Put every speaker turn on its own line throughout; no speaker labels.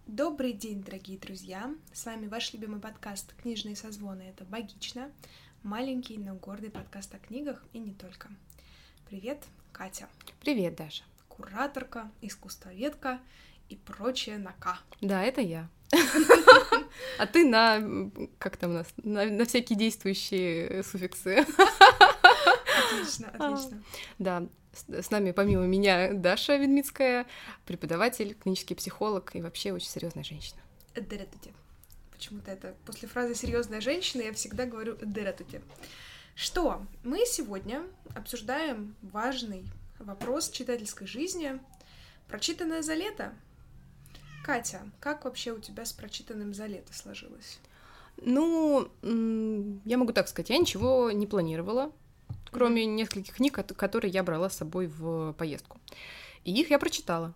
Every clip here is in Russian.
Добрый день, дорогие друзья! С вами ваш любимый подкаст «Книжные созвоны». Это «Богично», маленький, но гордый подкаст о книгах и не только. Привет, Катя.
Привет, Даша.
Кураторка, искусствоведка и прочее на «К».
Да, это я. А ты как там у нас, на всякие действующие суффиксы.
Отлично.
Да, с нами помимо меня Даша Ведмицкая, преподаватель, клинический психолог и вообще очень серьезная женщина.
Здравствуйте. Почему-то это после фразы «серьезная женщина» я всегда говорю «здравствуйте». Что? Мы сегодня обсуждаем важный вопрос читательской жизни. Прочитанное за лето. Катя, как вообще у тебя с прочитанным за лето сложилось?
Я могу так сказать, я ничего не планировала, кроме нескольких книг, которые я брала с собой в поездку. И их я прочитала.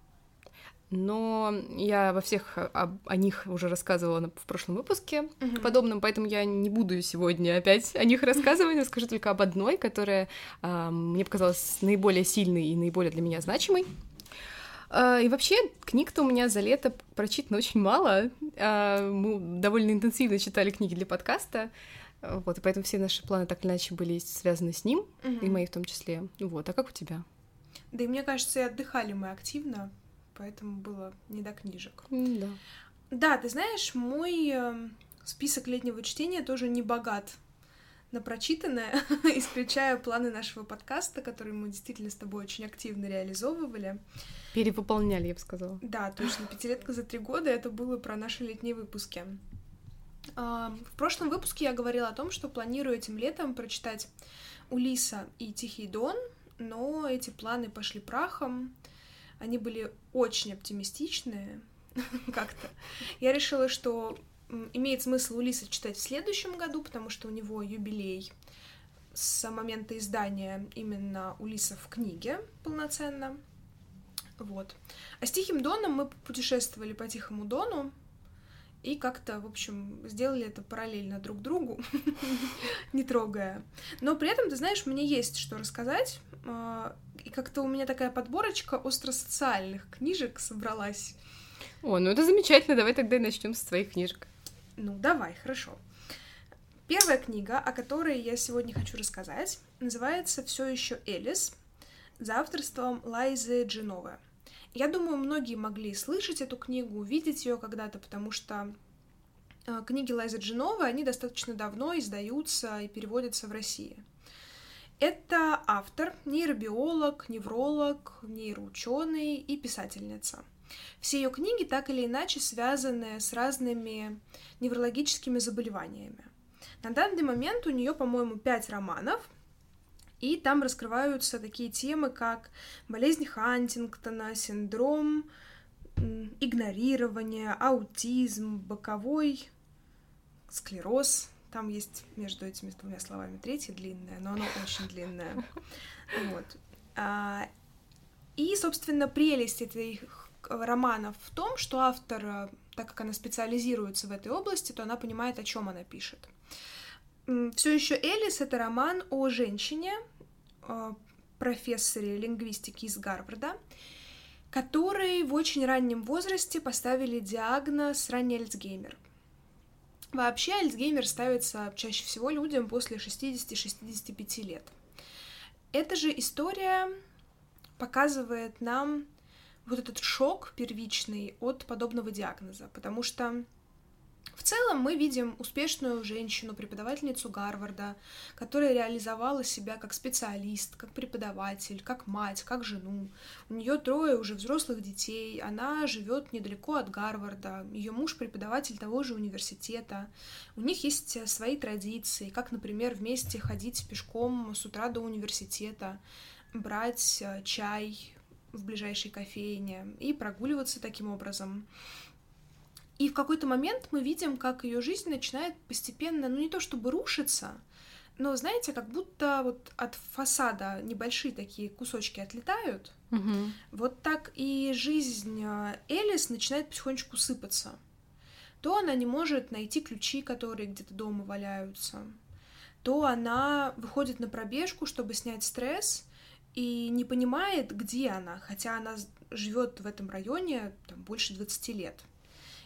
Но я во всех о них уже рассказывала в прошлом выпуске подобном, поэтому я не буду сегодня опять о них рассказывать, расскажу только об одной, которая мне показалась наиболее сильной и наиболее для меня значимой. И вообще, книг-то у меня за лето прочитано очень мало. Мы довольно интенсивно читали книги для подкаста, вот, и поэтому все наши планы так или иначе были связаны с ним, и мои в том числе. Вот, а как у тебя?
Да и мне кажется, и отдыхали мы активно, поэтому было не до книжек.
Да.
Да, ты знаешь, мой список летнего чтения тоже не богат на прочитанное, исключая планы нашего подкаста, которые мы действительно с тобой очень активно реализовывали.
Перевыполняли, я бы сказала.
Да, точно, 5-летка за 3 года, это было про наши летние выпуски. В прошлом выпуске я говорила о том, что планирую этим летом прочитать «Улисса» и «Тихий Дон», но эти планы пошли прахом, они были очень оптимистичные как-то. Я решила, что имеет смысл «Улисса» читать в следующем году, потому что у него юбилей с момента издания именно «Улисса» в книге полноценно. Вот. А с «Тихим Доном» мы путешествовали по Тихому Дону и как-то, в общем, сделали это параллельно друг другу, не трогая. Но при этом, ты знаешь, мне есть что рассказать, и как-то у меня такая подборочка остросоциальных книжек собралась.
О, ну это замечательно, давай тогда и начнем с твоих книжек.
Ну, давай, хорошо. Первая книга, о которой я сегодня хочу рассказать, называется «Все еще Элис», за авторством Лайзы Дженовы. Я думаю, многие могли слышать эту книгу, видеть ее когда-то, потому что книги Лайзы Дженовы, они достаточно давно издаются и переводятся в России. Это автор, нейробиолог, невролог, нейроученый и писательница. Все ее книги так или иначе связаны с разными неврологическими заболеваниями. На данный момент у нее, по-моему, 5 романов, и там раскрываются такие темы, как болезнь Хантингтона, синдром игнорирования, аутизм, боковой склероз. Там есть между этими 2 словами третье длинное, но оно очень длинное. Вот. И, собственно, прелесть этих романов в том, что автор, так как она специализируется в этой области, то она понимает, о чем она пишет. Все еще Элис — это роман о женщине, профессоре лингвистики из Гарварда, которой в очень раннем возрасте поставили диагноз ранний Альцгеймер. Вообще Альцгеймер ставится чаще всего людям после 60-65 лет. Эта же история показывает нам вот этот шок первичный от подобного диагноза, потому что в целом мы видим успешную женщину, преподавательницу Гарварда, которая реализовала себя как специалист, как преподаватель, как мать, как жену. У нее 3 уже взрослых детей, она живет недалеко от Гарварда, ее муж преподаватель того же университета. У них есть свои традиции, как, например, вместе ходить пешком с утра до университета, брать чай в ближайшей кофейне и прогуливаться таким образом. И в какой-то момент мы видим, как ее жизнь начинает постепенно, не то чтобы рушиться, но, знаете, как будто вот от фасада небольшие такие кусочки отлетают. Вот так и жизнь Элис начинает потихонечку сыпаться. То она не может найти ключи, которые где-то дома валяются, то она выходит на пробежку, чтобы снять стресс, и не понимает, где она, хотя она живет в этом районе больше 20 лет.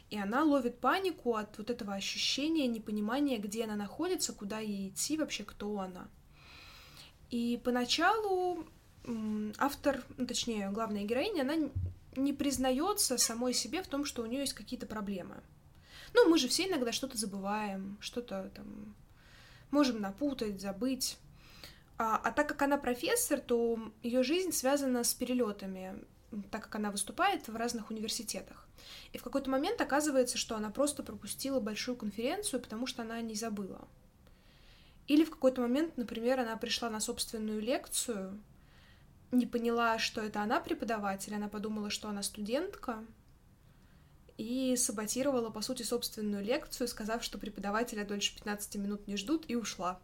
И она ловит панику от вот этого ощущения непонимания, где она находится, куда ей идти, вообще кто она. И поначалу автор, ну, точнее, главная героиня, она не признается самой себе в том, что у нее есть какие-то проблемы. Ну, мы же все иногда что-то забываем, что-то там можем напутать, забыть. А так как она профессор, то ее жизнь связана с перелетами, так как она выступает в разных университетах. И в какой-то момент оказывается, что она просто пропустила большую конференцию, потому что она не забыла. Или в какой-то момент, например, она пришла на собственную лекцию, не поняла, что это она преподаватель, она подумала, что она студентка, и саботировала, по сути, собственную лекцию, сказав, что преподавателя дольше 15 минут не ждут, и ушла.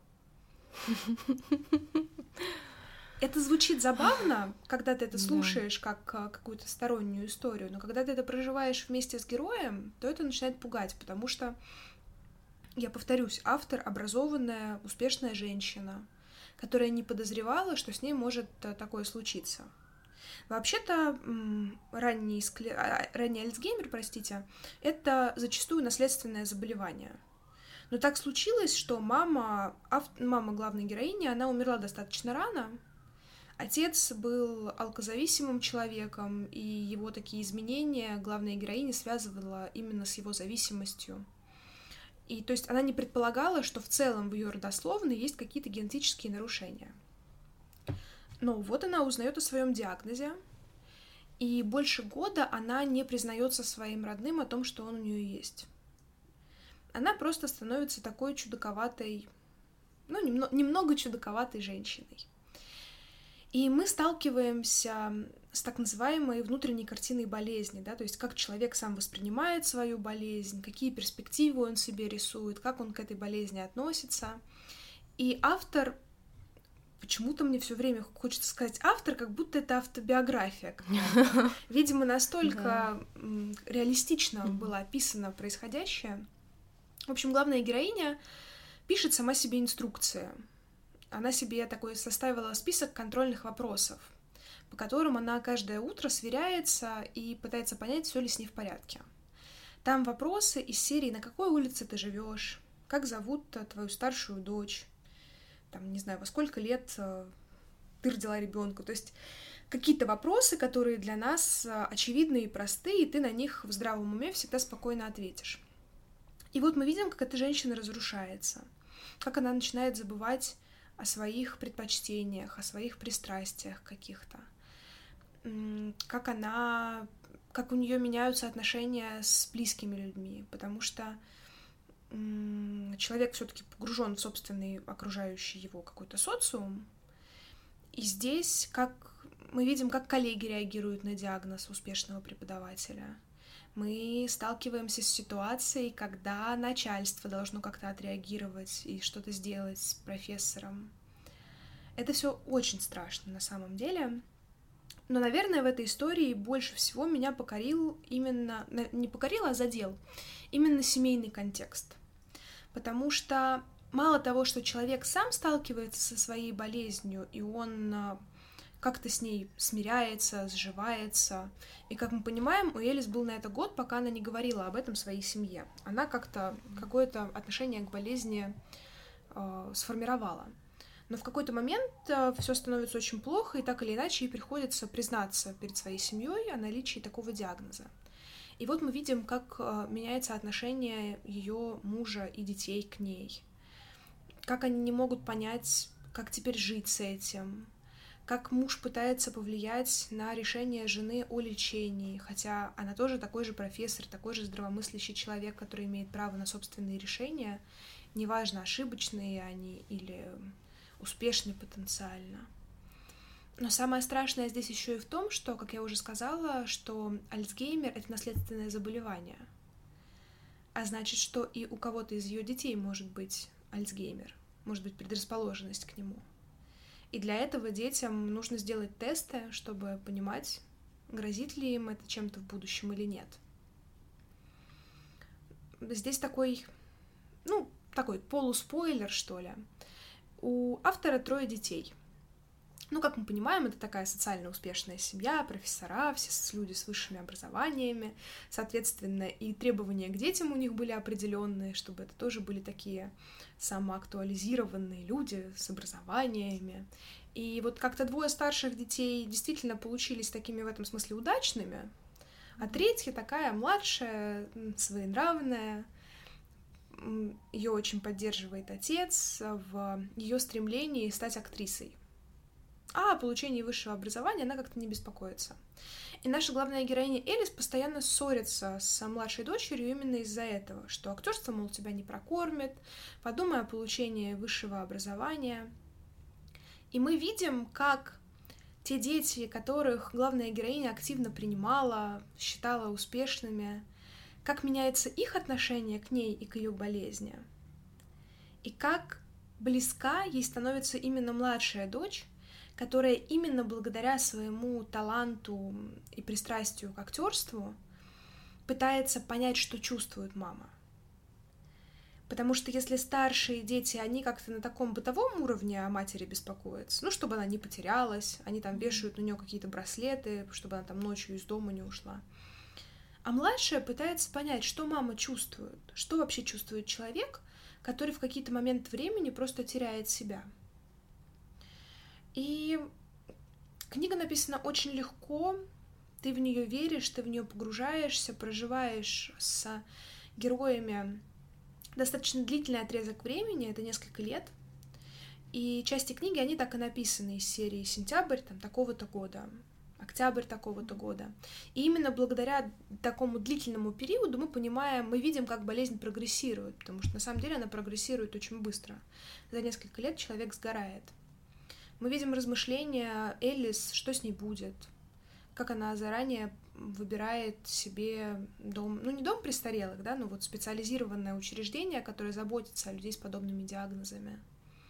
Это звучит забавно, когда ты это слушаешь как какую-то стороннюю историю, но когда ты это проживаешь вместе с героем, то это начинает пугать, потому что, я повторюсь, автор — образованная, успешная женщина, которая не подозревала, что с ней может такое случиться. Вообще-то ранний Альцгеймер, это зачастую наследственное заболевание. Но так случилось, что мама главной героини, она умерла достаточно рано. Отец был алкозависимым человеком, и его такие изменения главная героиня связывала именно с его зависимостью. И то есть она не предполагала, что в целом в ее родословной есть какие-то генетические нарушения. Но вот она узнает о своем диагнозе, и больше года она не признается своим родным о том, что он у нее есть. Она просто становится такой чудаковатой, ну, немного чудаковатой женщиной. И мы сталкиваемся с так называемой внутренней картиной болезни, да, то есть как человек сам воспринимает свою болезнь, какие перспективы он себе рисует, как он к этой болезни относится. И автор, почему-то мне все время хочется сказать автор, как будто это автобиография какая-то. Видимо, настолько реалистично было описано происходящее. В общем, главная героиня пишет сама себе инструкции. Она себе такой составила список контрольных вопросов, по которым она каждое утро сверяется и пытается понять, все ли с ней в порядке. Там вопросы из серии: на какой улице ты живешь, как зовут твою старшую дочь, там, не знаю, во сколько лет ты родила ребенка. То есть какие-то вопросы, которые для нас очевидны и просты, и ты на них в здравом уме всегда спокойно ответишь. И вот мы видим, как эта женщина разрушается, как она начинает забывать о своих предпочтениях, о своих пристрастиях каких-то, как у нее меняются отношения с близкими людьми, потому что человек все-таки погружен в собственный окружающий его какой-то социум, и здесь мы видим, как коллеги реагируют на диагноз успешного преподавателя. Мы сталкиваемся с ситуацией, когда начальство должно как-то отреагировать и что-то сделать с профессором. Это все очень страшно на самом деле. Но, наверное, в этой истории больше всего меня покорил именно... Не покорил, а задел именно семейный контекст. Потому что мало того, что человек сам сталкивается со своей болезнью, и он как-то с ней смиряется, сживается. И, как мы понимаем, у Элис был на это год, пока она не говорила об этом своей семье. Она как-то какое-то отношение к болезни сформировала. Но в какой-то момент все становится очень плохо, и так или иначе ей приходится признаться перед своей семьей о наличии такого диагноза. И вот мы видим, как меняется отношение ее мужа и детей к ней. Как они не могут понять, как теперь жить с этим. Как муж пытается повлиять на решение жены о лечении, хотя она тоже такой же профессор, такой же здравомыслящий человек, который имеет право на собственные решения, неважно, ошибочные они или успешны потенциально. Но самое страшное здесь еще и в том, что, как я уже сказала, что Альцгеймер — это наследственное заболевание. А значит, что и у кого-то из ее детей может быть Альцгеймер, может быть предрасположенность к нему. И для этого детям нужно сделать тесты, чтобы понимать, грозит ли им это чем-то в будущем или нет. Здесь такой полуспойлер, что ли. У автора 3 детей. Ну, как мы понимаем, это такая социально успешная семья, профессора, все люди с высшими образованиями, соответственно, и требования к детям у них были определенные, чтобы это тоже были такие самоактуализированные люди с образованиями. И вот как-то двое старших детей действительно получились такими в этом смысле удачными, а третья такая младшая, своенравная, ее очень поддерживает отец в ее стремлении стать актрисой. А о получении высшего образования она как-то не беспокоится. И наша главная героиня Элис постоянно ссорится с младшей дочерью именно из-за этого, что актерство, мол, тебя не прокормит, подумай о получении высшего образования. И мы видим, как те дети, которых главная героиня активно принимала, считала успешными, как меняется их отношение к ней и к ее болезни. И как близка ей становится именно младшая дочь, которая именно благодаря своему таланту и пристрастию к актерству пытается понять, что чувствует мама. Потому что если старшие дети, они как-то на таком бытовом уровне о матери беспокоятся, ну, чтобы она не потерялась, они там вешают на нее какие-то браслеты, чтобы она там ночью из дома не ушла. А младшая пытается понять, что мама чувствует, что вообще чувствует человек, который в какие-то моменты времени просто теряет себя. И книга написана очень легко, ты в нее веришь, ты в нее погружаешься, проживаешь с героями достаточно длительный отрезок времени, это несколько лет, и части книги, они так и написаны из серии «Сентябрь» там, такого-то года, «Октябрь» такого-то года. И именно благодаря такому длительному периоду мы понимаем, мы видим, как болезнь прогрессирует, потому что на самом деле она прогрессирует очень быстро. За несколько лет человек сгорает. Мы видим размышления Элис, что с ней будет, как она заранее выбирает себе дом, ну не дом престарелых, да, но вот специализированное учреждение, которое заботится о людей с подобными диагнозами.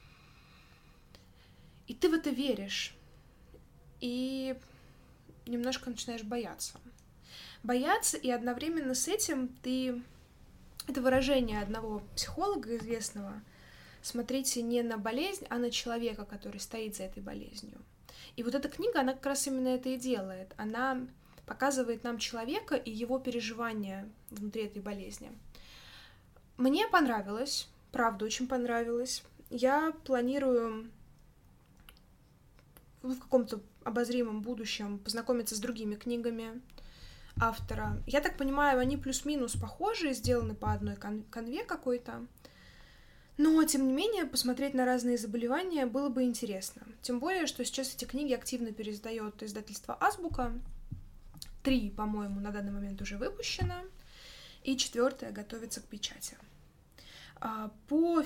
И ты в это веришь, и немножко начинаешь бояться. Бояться, и одновременно с этим ты... Это выражение одного психолога известного. Смотрите не на болезнь, а на человека, который стоит за этой болезнью. И вот эта книга, она как раз именно это и делает. Она показывает нам человека и его переживания внутри этой болезни. Мне понравилось, правда, очень понравилось. Я планирую в каком-то обозримом будущем познакомиться с другими книгами автора. Я так понимаю, они плюс-минус похожи, сделаны по одной канве какой-то. Но, тем не менее, посмотреть на разные заболевания было бы интересно. Тем более, что сейчас эти книги активно переиздает издательство «Азбука». 3, по-моему, на данный момент уже выпущено, и 4 готовится к печати. По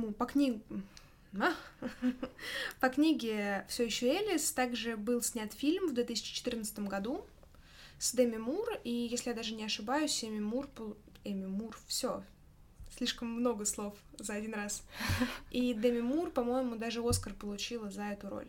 книге «Все еще Элис» также был снят фильм в 2014 году с Деми Мур, и, если я даже не ошибаюсь, Эми Мур, все. Слишком много слов за один раз. И Деми Мур, по-моему, даже Оскар получила за эту роль.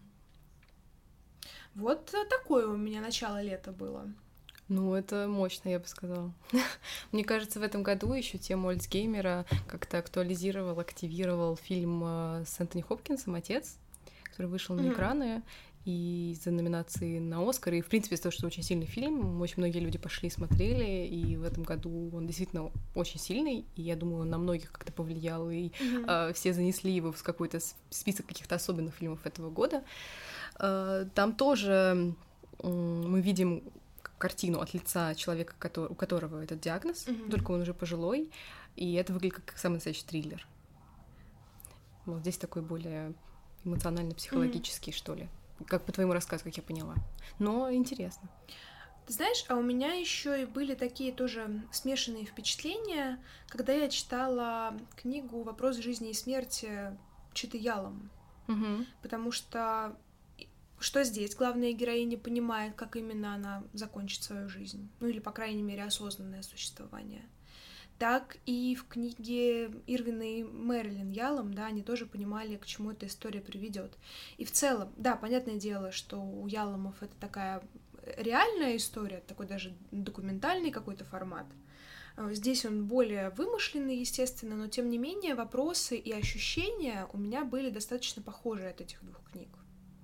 Вот такое у меня начало лета было.
Ну, это мощно, я бы сказала. Мне кажется, в этом году еще тему Альцгеймера как-то актуализировал, активировал фильм с Энтони Хопкинсом «Отец», который вышел на экраны, и из-за номинации на Оскар, и, в принципе, из-за того, что очень сильный фильм, очень многие люди пошли и смотрели, и в этом году он действительно очень сильный, и я думаю, он на многих как-то повлиял, и все занесли его в какой-то список каких-то особенных фильмов этого года. Там тоже мы видим картину от лица человека, у которого этот диагноз, только он уже пожилой, и это выглядит как самый настоящий триллер. Вот здесь такой более эмоционально-психологический, что ли. Как по твоему рассказу, как я поняла. Но интересно.
Ты знаешь, а у меня еще и были такие тоже смешанные впечатления, когда я читала книгу «Вопрос жизни и смерти» Читы Ялом. Потому что здесь главная героиня понимает, как именно она закончит свою жизнь. Ну или, по крайней мере, осознанное существование. Так и в книге Ирвина и Мэрилин Ялом, да, они тоже понимали, к чему эта история приведет. И в целом, да, понятное дело, что у Яломов это такая реальная история, такой даже документальный какой-то формат. Здесь он более вымышленный, естественно, но тем не менее вопросы и ощущения у меня были достаточно похожи от этих двух книг.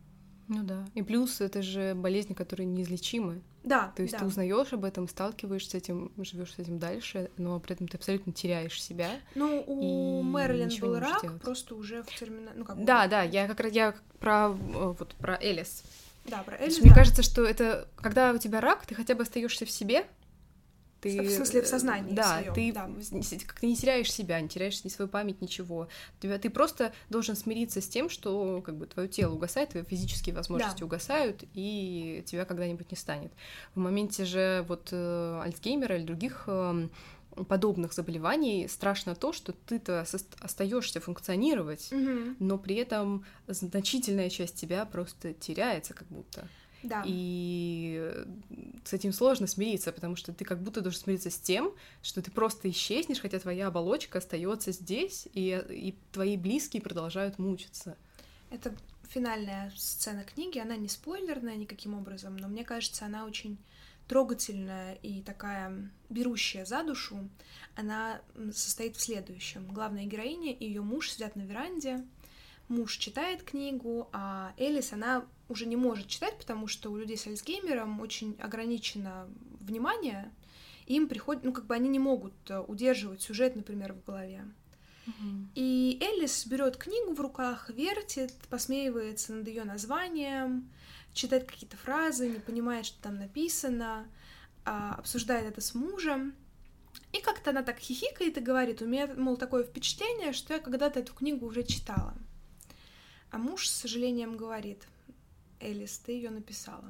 Ну да. И плюс это же болезни, которые неизлечимы.
Да,
То есть
да.
ты узнаешь об этом, сталкиваешься с этим, живешь с этим дальше, но при этом ты абсолютно теряешь себя.
Ну, у
и
Мэрилин
ничего
был
не можешь
рак,
делать.
просто уже в терминальном... Ну, как бы...
Да, я как раз про Элис.
Да, про
То есть
Элис,
мне
да.
кажется, что это когда у тебя рак, ты хотя бы остаешься в себе. Ты,
В смысле, в сознании
да,
своём,
ты
да.
как-то не теряешь себя, не теряешь ни свою память, ничего. Ты просто должен смириться с тем, что как бы твое тело угасает, твои физические возможности
Да.
угасают, и тебя когда-нибудь не станет. В моменте же вот Альцгеймера или других подобных заболеваний страшно то, что ты-то остаешься функционировать, но при этом значительная часть тебя просто теряется как будто.
Да.
И с этим сложно смириться, потому что ты как будто должен смириться с тем, что ты просто исчезнешь, хотя твоя оболочка остается здесь, и твои близкие продолжают мучиться.
Это финальная сцена книги, она не спойлерная никаким образом, но мне кажется, она очень трогательная и такая берущая за душу. Она состоит в следующем. Главная героиня и ее муж сидят на веранде, муж читает книгу, а Элис, она уже не может читать, потому что у людей с Альцгеймером очень ограничено внимание, и им приходит, ну, как бы они не могут удерживать сюжет, например, в голове. И Элис берет книгу в руках, вертит, посмеивается над ее названием, читает какие-то фразы, не понимает, что там написано, обсуждает это с мужем. И как-то она так хихикает и говорит: у меня, мол, такое впечатление, что я когда-то эту книгу уже читала. А муж с сожалением говорит: Элис, ты ее написала.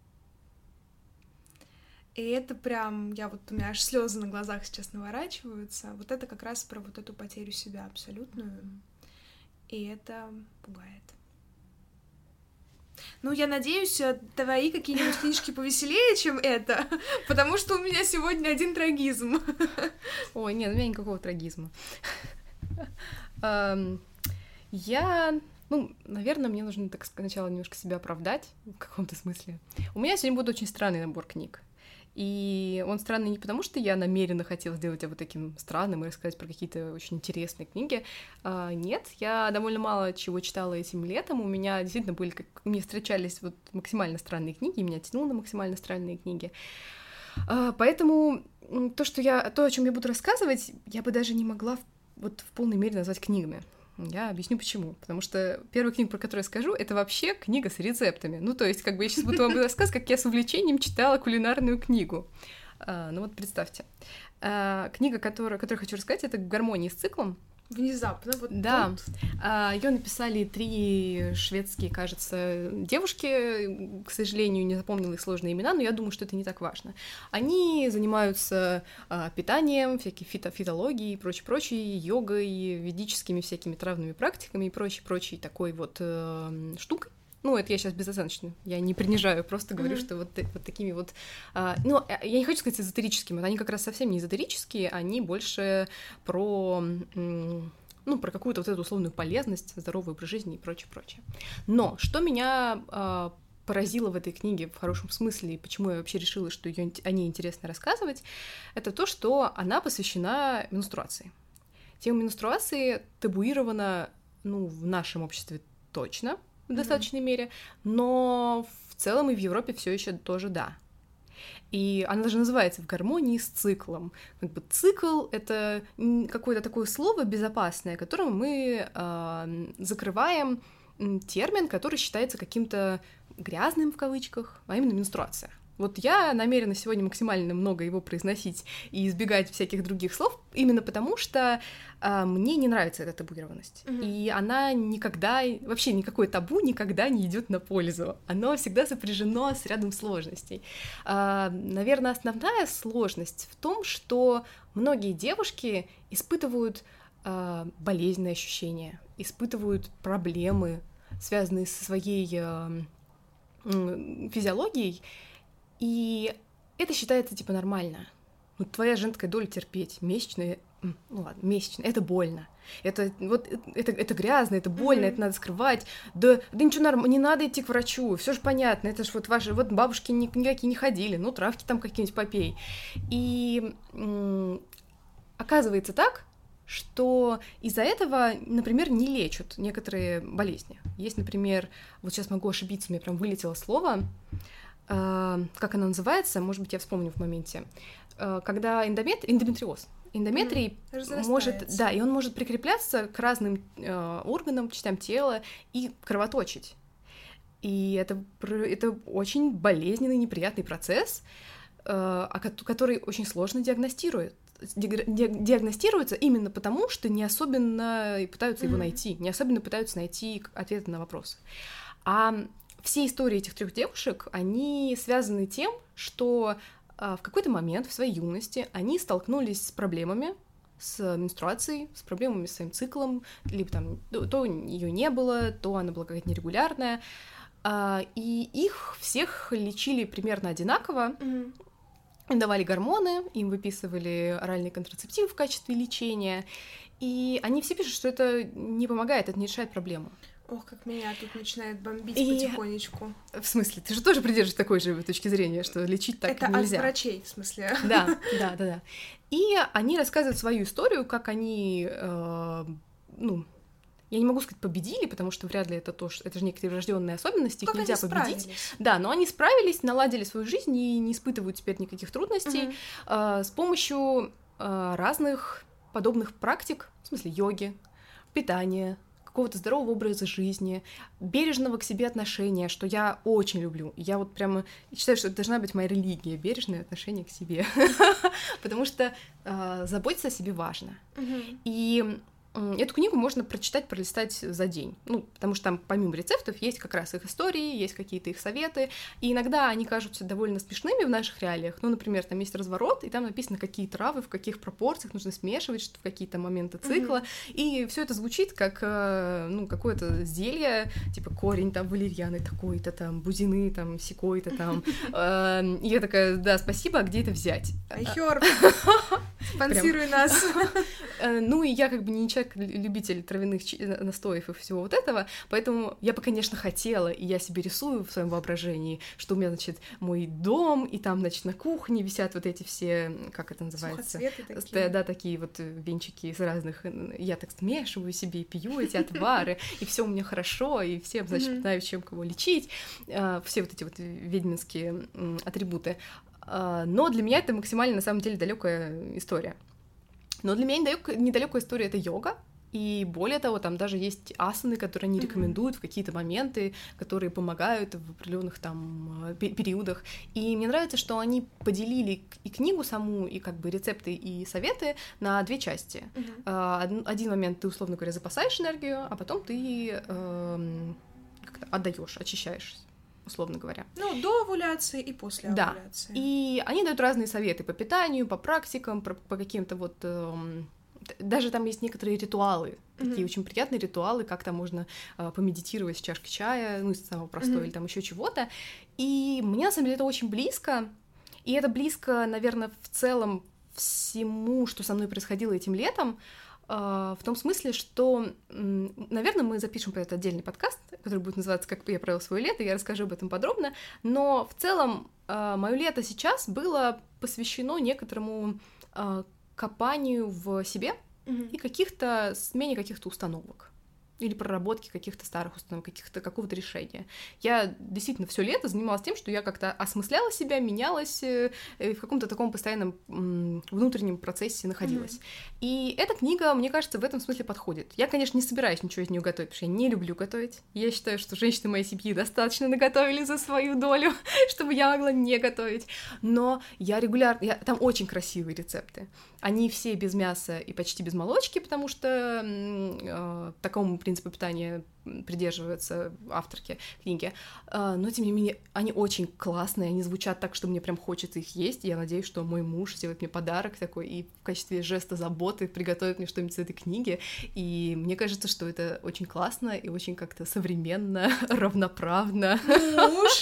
И это прям, у меня аж слезы на глазах сейчас наворачиваются. Вот это как раз про вот эту потерю себя абсолютную. И это пугает. Ну, я надеюсь, твои какие-нибудь книжки повеселее, чем это, потому что у меня сегодня один трагизм.
Ой, нет, у меня никакого трагизма. Наверное, мне нужно так сначала немножко себя оправдать в каком-то смысле. У меня сегодня будет очень странный набор книг. И он странный не потому, что я намеренно хотела сделать его таким странным и рассказать про какие-то очень интересные книги. Нет, я довольно мало чего читала этим летом. У меня действительно мне встречались вот максимально странные книги, и меня тянуло на максимально странные книги. Поэтому то, о чем я буду рассказывать, я бы даже не могла в полной мере назвать книгами. Я объясню почему. Потому что первая книга, про которую я скажу, это вообще книга с рецептами. Ну, то есть, я сейчас буду вам рассказывать, как я с увлечением читала кулинарную книгу. Ну вот представьте. Книга, которую хочу рассказать, это «В гармонии с циклом».
Внезапно, вот
да.
тут.
Ее написали 3 шведские, кажется, девушки. К сожалению, не запомнила их сложные имена, но я думаю, что это не так важно. Они занимаются питанием, всякой фитологией и прочей, йогой, ведическими всякими травными практиками и прочей такой вот штукой. Ну, это я сейчас безоценочно, я не принижаю, просто говорю, что вот такими вот... я не хочу сказать эзотерическими, они как раз совсем не эзотерические, они больше про какую-то вот эту условную полезность, здоровый образ жизни и прочее. Но что меня поразило в этой книге в хорошем смысле, и почему я вообще решила, что о ней интересно рассказывать, это то, что она посвящена менструации. Тема менструации табуирована, в нашем обществе точно, в достаточной мере, но в целом и в Европе все еще тоже да. И она даже называется «В гармонии с циклом». Цикл — это какое-то такое слово безопасное, которым мы закрываем термин, который считается каким-то грязным в кавычках, а именно менструация. Вот я намерена сегодня максимально много его произносить и избегать всяких других слов, именно потому что мне не нравится эта табуированность. И она вообще никакое табу никогда не идет на пользу. Оно всегда сопряжено с рядом сложностей. Наверное, основная сложность в том, что многие девушки испытывают болезненные ощущения, испытывают проблемы, связанные со своей физиологией, и это считается, нормально. Твоя женская доля терпеть. Месячные, это больно. Это грязно, это больно, это надо скрывать. Да ничего, не надо идти к врачу, все же понятно. Это ж ваши бабушки никакие не ходили, травки там какие-нибудь попей. И оказывается так, что из-за этого, например, не лечат некоторые болезни. Есть, например, вот сейчас могу ошибиться, у меня прям вылетело слово, как оно называется, может быть, я вспомню в моменте, когда эндометриоз. Эндометрий может, да, и он может прикрепляться к разным органам, частям тела и кровоточить. И это очень болезненный, неприятный процесс, который очень сложно диагностируется именно потому, что не особенно пытаются его найти, не особенно пытаются найти ответы на вопросы. А все истории этих 3 девушек, они связаны тем, что в какой-то момент в своей юности они столкнулись с проблемами, с менструацией, с проблемами с своим циклом, либо там то ее не было, то она была какая-то нерегулярная, и их всех лечили примерно одинаково, давали гормоны, им выписывали оральные контрацептивы в качестве лечения, и они все пишут, что это не помогает, это не решает проблему.
Ох, как меня тут начинает бомбить потихонечку.
В смысле? Ты же тоже придерживаешься такой же точки зрения, что лечить так
это
нельзя.
Это от врачей, в смысле.
Да. И они рассказывают свою историю, как они, я не могу сказать победили, потому что вряд ли это же некоторые врожденные особенности, их нельзя победить. Да, но они справились, наладили свою жизнь и не испытывают теперь никаких трудностей с помощью разных подобных практик, в смысле йоги, питания, какого-то здорового образа жизни, бережного к себе отношения, что я очень люблю. Я вот прямо считаю, что это должна быть моя религия, бережное отношение к себе. Потому что заботиться о себе важно. И эту книгу можно прочитать, пролистать за день. Потому что там помимо рецептов есть как раз их истории, есть какие-то их советы, и иногда они кажутся довольно смешными в наших реалиях. Например, там есть разворот, и там написано, какие травы, в каких пропорциях нужно смешивать в какие-то моменты цикла, и все это звучит как какое-то зелье, типа корень там валерьяны такой-то, там бузины, там секой-то там. И я такая, да, спасибо, а где это взять?
Айхёр, спонсируй нас.
И я как бы не человек-любитель травяных настоев и всего вот этого, поэтому я бы, конечно, хотела, и я себе рисую в своем воображении, что у меня, значит, мой дом, и там, значит, на кухне висят вот эти все, как это называется?
Такие.
Да, такие вот венчики из разных, я так смешиваю себе и пью эти отвары, и все у меня хорошо, и всем, значит, знаю, чем кого лечить, все вот эти вот ведьминские атрибуты. Но для меня это максимально, на самом деле, далекая история. Но для меня недалекая история — это йога, и более того, там даже есть асаны, которые они рекомендуют в какие-то моменты, которые помогают в определенных там периодах. И мне нравится, что они поделили и книгу саму, и как бы рецепты и советы на 2 части. Один момент ты, условно говоря, запасаешь энергию, а потом ты отдаешь, очищаешься, условно говоря.
До овуляции и после овуляции.
Да, и они дают разные советы по питанию, по практикам, по каким-то вот... Даже там есть некоторые ритуалы, такие очень приятные ритуалы, как там можно помедитировать с чашкой чая, самого простого, или там еще чего-то. И мне, на самом деле, это очень близко, и это близко, наверное, в целом всему, что со мной происходило этим летом, в том смысле, что, наверное, мы запишем про это отдельный подкаст, который будет называться «Как я провела свое лето», я расскажу об этом подробно, но в целом моё лето сейчас было посвящено некоторому копанию в себе и смене каких-то установок или проработке каких-то старых установок, какого-то решения. Я действительно все лето занималась тем, что я как-то осмысляла себя, менялась, в каком-то таком постоянном внутреннем процессе находилась. И эта книга, мне кажется, в этом смысле подходит. Я, конечно, не собираюсь ничего из нее готовить, потому что я не люблю готовить. Я считаю, что женщины моей семьи достаточно наготовили за свою долю, чтобы я могла не готовить. Но я регулярно... Там очень красивые рецепты. Они все без мяса и почти без молочки, потому что такому принципу питания придерживаются авторки книги, но, тем не менее, они очень классные, они звучат так, что мне прям хочется их есть, и я надеюсь, что мой муж сделает мне подарок такой и в качестве жеста заботы приготовит мне что-нибудь из этой книги, и мне кажется, что это очень классно и очень как-то современно, равноправно.
Муж!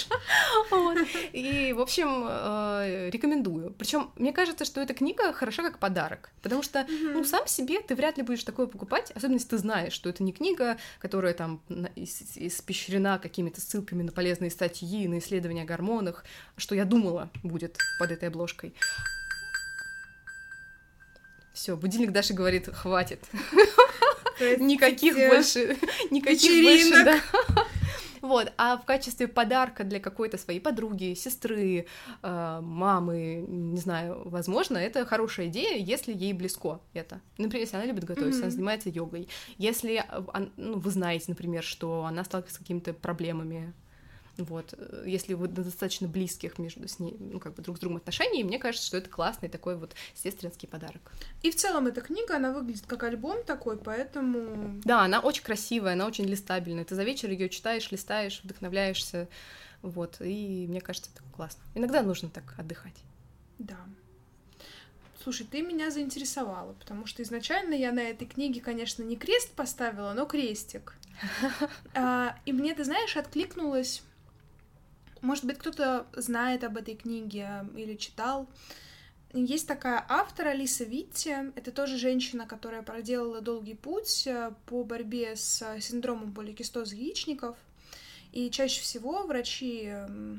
И, в общем, рекомендую. Причем мне кажется, что эта книга хороша как подарок, потому что, сам себе ты вряд ли будешь такое покупать, особенно если ты знаешь, что это не книга, которая там испещрена какими-то ссылками на полезные статьи, на исследования о гормонах, что я думала будет под этой обложкой. Все, будильник Даша говорит, хватит.
Простите.
Никаких больше, да. Вот, а в качестве подарка для какой-то своей подруги, сестры, мамы, не знаю, возможно, это хорошая идея, если ей близко это. Например, если она любит готовить, если она занимается йогой, если вы знаете, например, что она сталкивается с какими-то проблемами, вот, если вы достаточно близких между с ней, друг с другом отношений, мне кажется, что это классный такой вот сестринский подарок.
И в целом эта книга, она выглядит как альбом такой, поэтому...
Да, она очень красивая, она очень листабельная. Ты за вечер ее читаешь, листаешь, вдохновляешься, вот, и мне кажется, это классно. Иногда нужно так отдыхать.
Да. Слушай, ты меня заинтересовала, потому что изначально я на этой книге, конечно, не крест поставила, но крестик. И мне, ты знаешь, откликнулось... Может быть, кто-то знает об этой книге или читал. Есть такая автор Алиса Витти. Это тоже женщина, которая проделала долгий путь по борьбе с синдромом поликистоза яичников. И чаще всего врачи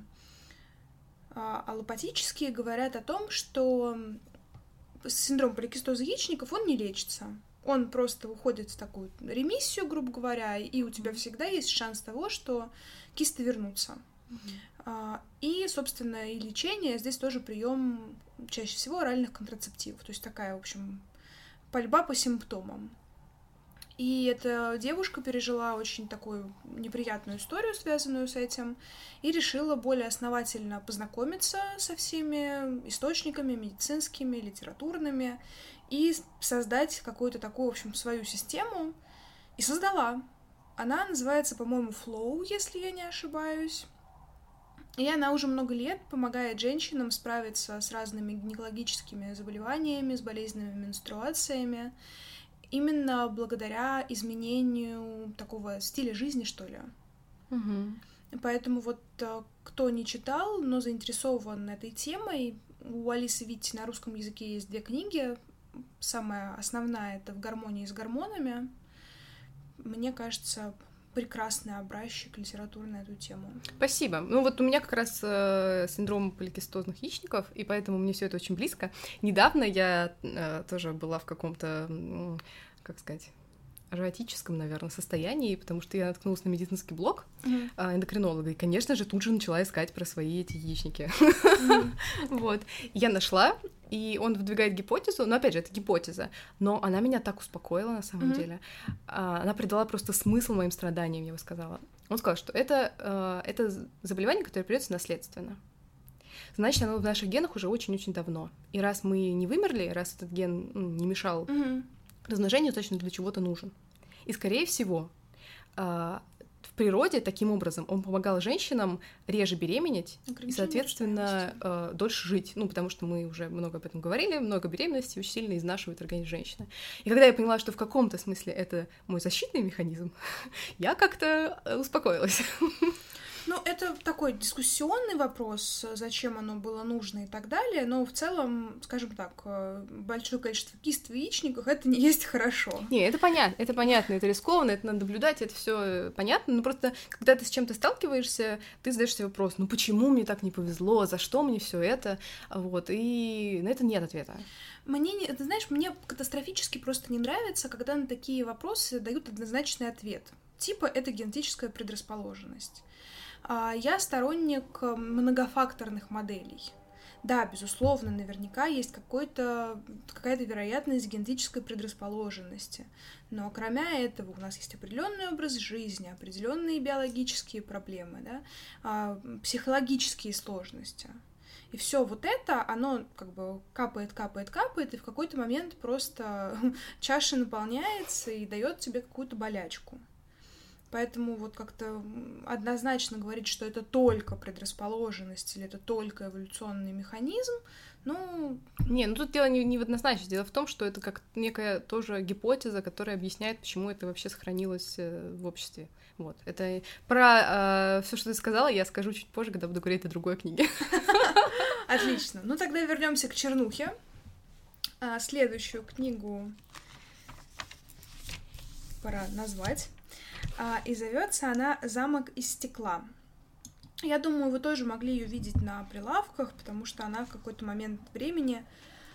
аллопатические говорят о том, что синдром поликистоза яичников, он не лечится. Он просто уходит в такую ремиссию, грубо говоря, и у тебя всегда есть шанс того, что кисты вернутся. И, собственно, и лечение, здесь тоже прием чаще всего оральных контрацептивов, то есть такая, в общем, пальба по симптомам. И эта девушка пережила очень такую неприятную историю, связанную с этим, и решила более основательно познакомиться со всеми источниками медицинскими, литературными, и создать какую-то такую, в общем, свою систему, и создала. Она называется, по-моему, Flow, если я не ошибаюсь. И она уже много лет помогает женщинам справиться с разными гинекологическими заболеваниями, с болезненными менструациями, именно благодаря изменению такого стиля жизни, что ли. Поэтому вот кто не читал, но заинтересован этой темой, у Алисы Витти на русском языке есть 2 книги. Самая основная — это «В гармонии с гормонами». Мне кажется, прекрасный образчик литературы на эту тему.
Спасибо. Ну вот у меня как раз синдром поликистозных яичников, и поэтому мне все это очень близко. Недавно я тоже была в каком-то, как сказать, ажиотическом, наверное, состоянии, потому что я наткнулась на медицинский блог эндокринолога, и, конечно же, тут же начала искать про свои эти яичники. Вот. Я нашла, и он выдвигает гипотезу, но, опять же, это гипотеза, но она меня так успокоила, на самом деле. Она придала просто смысл моим страданиям, я бы сказала. Он сказал, что это заболевание, которое передается наследственно. Значит, оно в наших генах уже очень-очень давно. И раз мы не вымерли, раз этот ген не мешал размножению, точно для чего-то нужен. И, скорее всего, в природе таким образом он помогал женщинам реже беременеть и, соответственно, дольше жить. Ну, потому что мы уже много об этом говорили, много беременности очень сильно изнашивает организм женщины. И когда я поняла, что в каком-то смысле это мой защитный механизм, я как-то успокоилась.
Ну, это такой дискуссионный вопрос, зачем оно было нужно и так далее, но в целом, скажем так, большое количество кист в яичниках — это не есть хорошо.
Не, это понятно, это рискованно, это надо наблюдать, это все понятно, но просто когда ты с чем-то сталкиваешься, ты задаешь себе вопрос, ну почему мне так не повезло, за что мне все это, вот, и на это нет ответа.
Ты знаешь, мне катастрофически просто не нравится, когда на такие вопросы дают однозначный ответ. Типа, это генетическая предрасположенность. Я сторонник многофакторных моделей. Да, безусловно, наверняка есть какая-то вероятность генетической предрасположенности. Но кроме этого у нас есть определенный образ жизни, определенные биологические проблемы, да, психологические сложности. И все вот это, оно как бы капает, и в какой-то момент просто чаша наполняется и дает тебе какую-то болячку. Поэтому вот как-то однозначно говорить, что это только предрасположенность или это только эволюционный механизм, ну...
Не, ну тут дело не в однозначности, дело в том, что это как некая тоже гипотеза, которая объясняет, почему это вообще сохранилось в обществе. Вот. Это про все, что ты сказала, я скажу чуть позже, когда буду говорить о другой книге.
Отлично. Ну тогда вернемся к чернухе. Следующую книгу пора назвать. И зовется она «Замок из стекла». Я думаю, вы тоже могли ее видеть на прилавках, потому что она в какой-то момент времени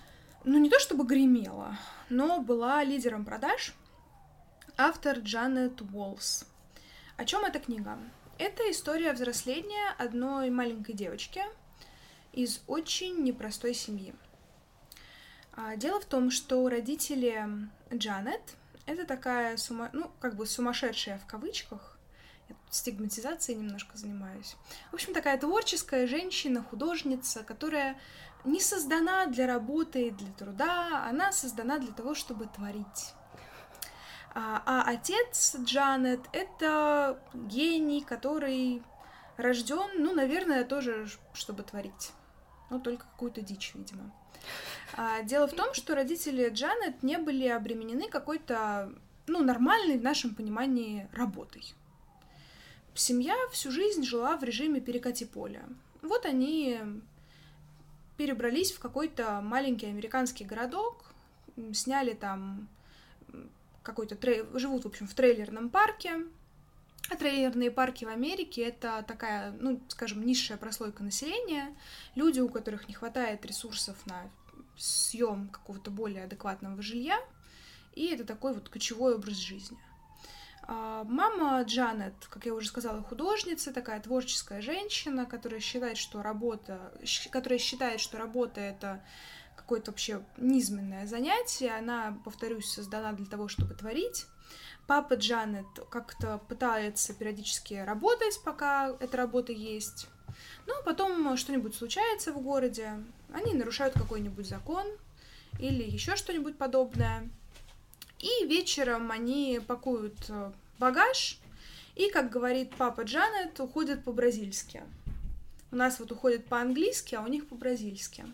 не то чтобы гремела, но была лидером продаж. Автор Джанет Уолс. О чем эта книга? Это история взросления одной маленькой девочки из очень непростой семьи. Дело в том, что родители Джанет — это такая, сумасшедшая в кавычках, я тут стигматизацией немножко занимаюсь. В общем, такая творческая женщина, художница, которая не создана для работы и для труда, она создана для того, чтобы творить. А отец Джанет — это гений, который рожден, наверное, тоже, чтобы творить. Но только какую-то дичь, видимо. Дело в том, что родители Джанет не были обременены какой-то, нормальной в нашем понимании работой. Семья всю жизнь жила в режиме «перекати поле». Вот они перебрались в какой-то маленький американский городок, сняли там живут, в общем, в трейлерном парке. А трейлерные парки в Америке — это такая, низшая прослойка населения, люди, у которых не хватает ресурсов на съем какого-то более адекватного жилья, и это такой вот кочевой образ жизни. Мама Джанет, как я уже сказала, художница, такая творческая женщина, которая считает, что работа — это какое-то вообще низменное занятие. Она, повторюсь, создана для того, чтобы творить. Папа Джанет как-то пытается периодически работать, пока эта работа есть. Но потом что-нибудь случается в городе, они нарушают какой-нибудь закон или еще что-нибудь подобное. И вечером они пакуют багаж и, как говорит папа Джанет, уходят по-бразильски. У нас вот уходят по-английски, а у них по-бразильски.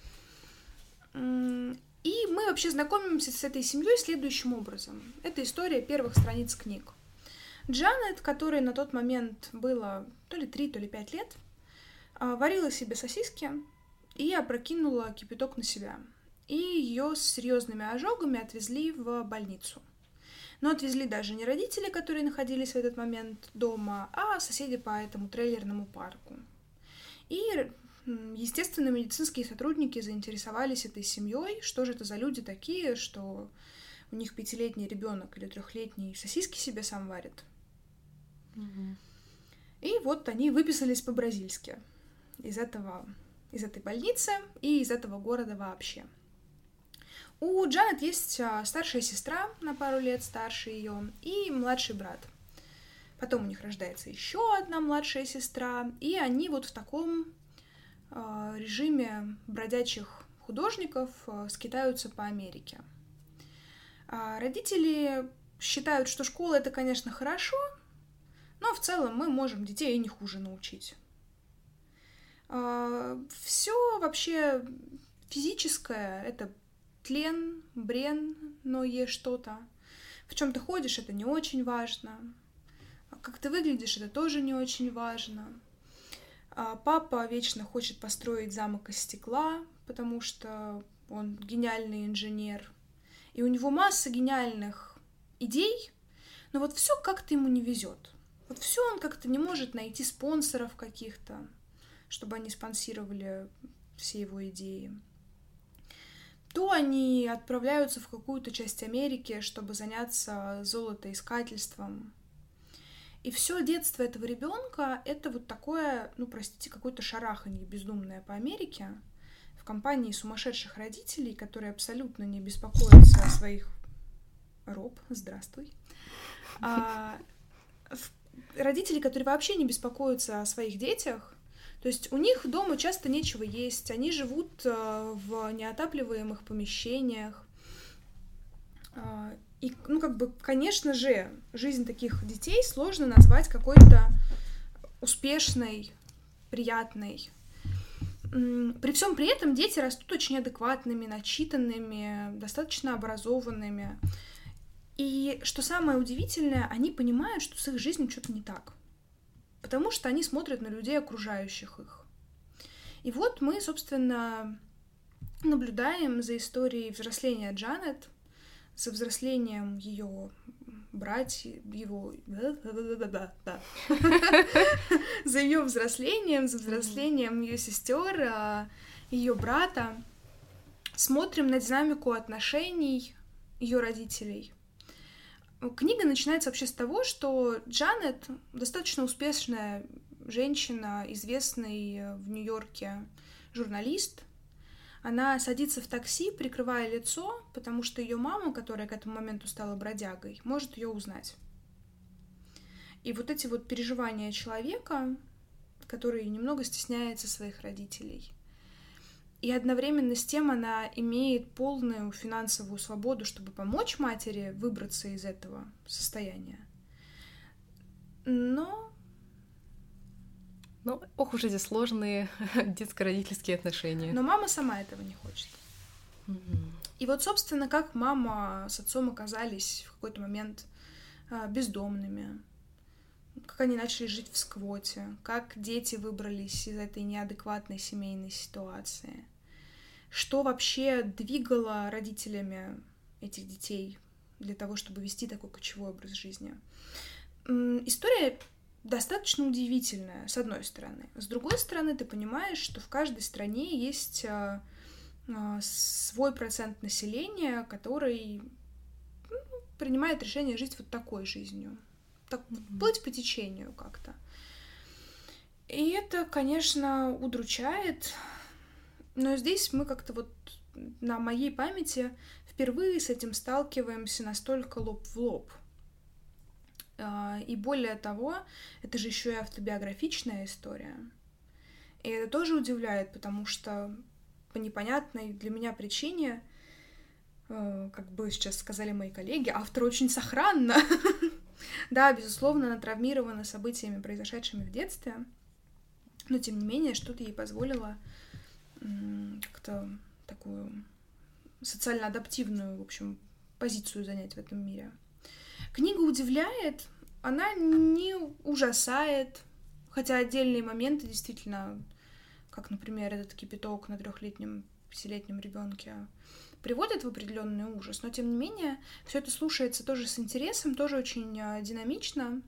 И мы вообще знакомимся с этой семьей следующим образом. Это история первых страниц книг. Джанет, которой на тот момент было то ли 3, то ли 5 лет, варила себе сосиски и опрокинула кипяток на себя. И ее с серьезными ожогами отвезли в больницу. Но отвезли даже не родители, которые находились в этот момент дома, а соседи по этому трейлерному парку. И, естественно, медицинские сотрудники заинтересовались этой семьей, что же это за люди такие, что у них 5-летний ребенок или 3-летний сосиски себе сам варит.
Угу.
И вот они выписались по-бразильски из этой больницы и из этого города вообще. У Джанет есть старшая сестра, на пару лет старше ее, и младший брат. Потом у них рождается еще одна младшая сестра, и они вот в таком режиме бродячих художников скитаются по Америке. Родители считают, что школа — это, конечно, хорошо, но в целом мы можем детей и не хуже научить. Все вообще физическое — это тлен, бренное что-то. В чем ты ходишь — это не очень важно. Как ты выглядишь — это тоже не очень важно. Папа вечно хочет построить замок из стекла, потому что он гениальный инженер. И у него масса гениальных идей, но вот все как-то ему не везет. Вот все он как-то не может найти спонсоров каких-то, чтобы они спонсировали все его идеи. То они отправляются в какую-то часть Америки, чтобы заняться золотоискательством. И все детство этого ребенка — это вот такое, какое-то шараханье бездумное по Америке в компании сумасшедших родителей, которые абсолютно не беспокоятся о своих... Роб, здравствуй. Родители, которые вообще не беспокоятся о своих детях. То есть у них дома часто нечего есть, они живут в неотапливаемых помещениях. И, конечно же, жизнь таких детей сложно назвать какой-то успешной, приятной. При всем при этом дети растут очень адекватными, начитанными, достаточно образованными. И что самое удивительное, они понимают, что с их жизнью что-то не так. Потому что они смотрят на людей, окружающих их. И вот мы, собственно, наблюдаем за историей взросления Джанет, за взрослением ее братьев, за ее взрослением, за взрослением ее сестер, ее брата. смотрим на динамику отношений ее родителей. Книга начинается вообще с того, что Джанет достаточно успешная женщина, известный в Нью-Йорке журналист. Она садится в такси, прикрывая лицо, потому что ее мама, которая к этому моменту стала бродягой, может ее узнать. И вот эти вот переживания человека, который немного стесняется своих родителей. И одновременно с тем она имеет полную финансовую свободу, чтобы помочь матери выбраться из этого состояния. Но...
Ну, ох уж эти сложные детско-родительские отношения.
Но мама сама этого не хочет. И вот, собственно, как мама с отцом оказались в какой-то момент бездомными, как они начали жить в сквоте, как дети выбрались из этой неадекватной семейной ситуации, что вообще двигало родителями этих детей для того, чтобы вести такой кочевой образ жизни. История достаточно удивительная, с одной стороны. С другой стороны, ты понимаешь, что в каждой стране есть свой процент населения, который принимает решение жить вот такой жизнью. Так, плыть по течению как-то. И это, конечно, удручает, но здесь мы как-то вот на моей памяти впервые с этим сталкиваемся настолько лоб в лоб. И более того, это же еще и автобиографичная история. И это тоже удивляет, потому что по непонятной для меня причине, как бы сейчас сказали мои коллеги, автор очень сохранна. Да, безусловно, она травмирована событиями, произошедшими в детстве, но, тем не менее, что-то ей позволило как-то такую социально адаптивную, в общем, позицию занять в этом мире. Книга удивляет, она не ужасает, хотя отдельные моменты действительно, как, например, этот кипяток на 3-5-летнем ребенке, приводит в определенный ужас, но тем не менее все это слушается тоже с интересом, тоже очень динамично.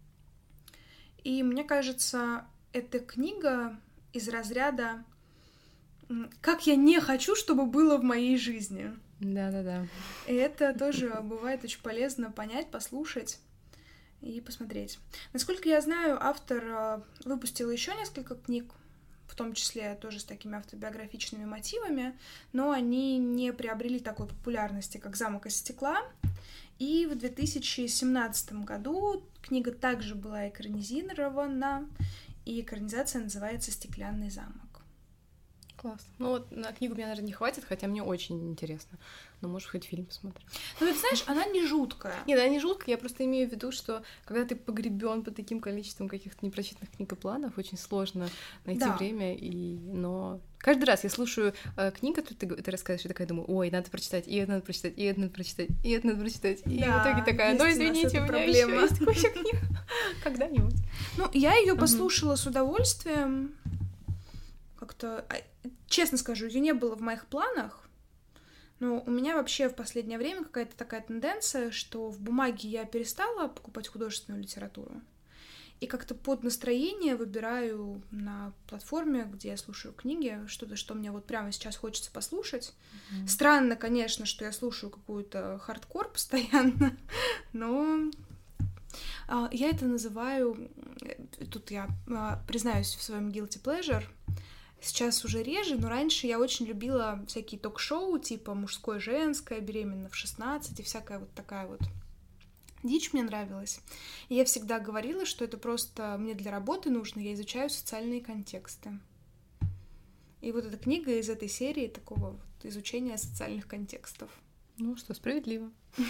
И мне кажется, эта книга из разряда «Как я не хочу, чтобы было в моей жизни».
Да-да-да.
И это тоже бывает очень полезно понять, послушать и посмотреть. Насколько я знаю, автор выпустил еще несколько книг, в том числе тоже с такими автобиографичными мотивами, но они не приобрели такой популярности, как «Замок из стекла». И в 2017 году книга также была экранизирована, и экранизация называется «Стеклянный замок».
Класс. Ну вот на книгу мне, наверное, не хватит, хотя мне очень интересно. Но, может, хоть фильм посмотрим.
Ну, ты знаешь, она не жуткая.
Нет, она не жуткая, я просто имею в виду, что когда ты погребен под таким количеством каких-то непрочитанных книг и планов, очень сложно найти время. Но каждый раз я слушаю книгу, ты рассказываешь, я такая думаю, ой, надо прочитать, и это надо прочитать, и это надо прочитать, и это надо прочитать. И в итоге такая, ну, извините, у меня еще есть куча книг. Когда-нибудь.
Ну, я ее послушала с удовольствием. Как-то, честно скажу, ее не было в моих планах, но у меня вообще в последнее время какая-то такая тенденция, что в бумаге я перестала покупать художественную литературу, и как-то под настроение выбираю на платформе, где я слушаю книги, что-то, что мне вот прямо сейчас хочется послушать. Странно, конечно, что я слушаю какую-то хардкор постоянно, но я это называю, тут я признаюсь в своем guilty pleasure, сейчас уже реже, но раньше я очень любила всякие ток-шоу, типа «Мужское, женское», «Беременна в 16» и всякая вот такая вот дичь мне нравилась. И я всегда говорила, что это просто мне для работы нужно, я изучаю социальные контексты. И вот эта книга из этой серии такого вот изучения социальных контекстов.
Ну что, справедливо.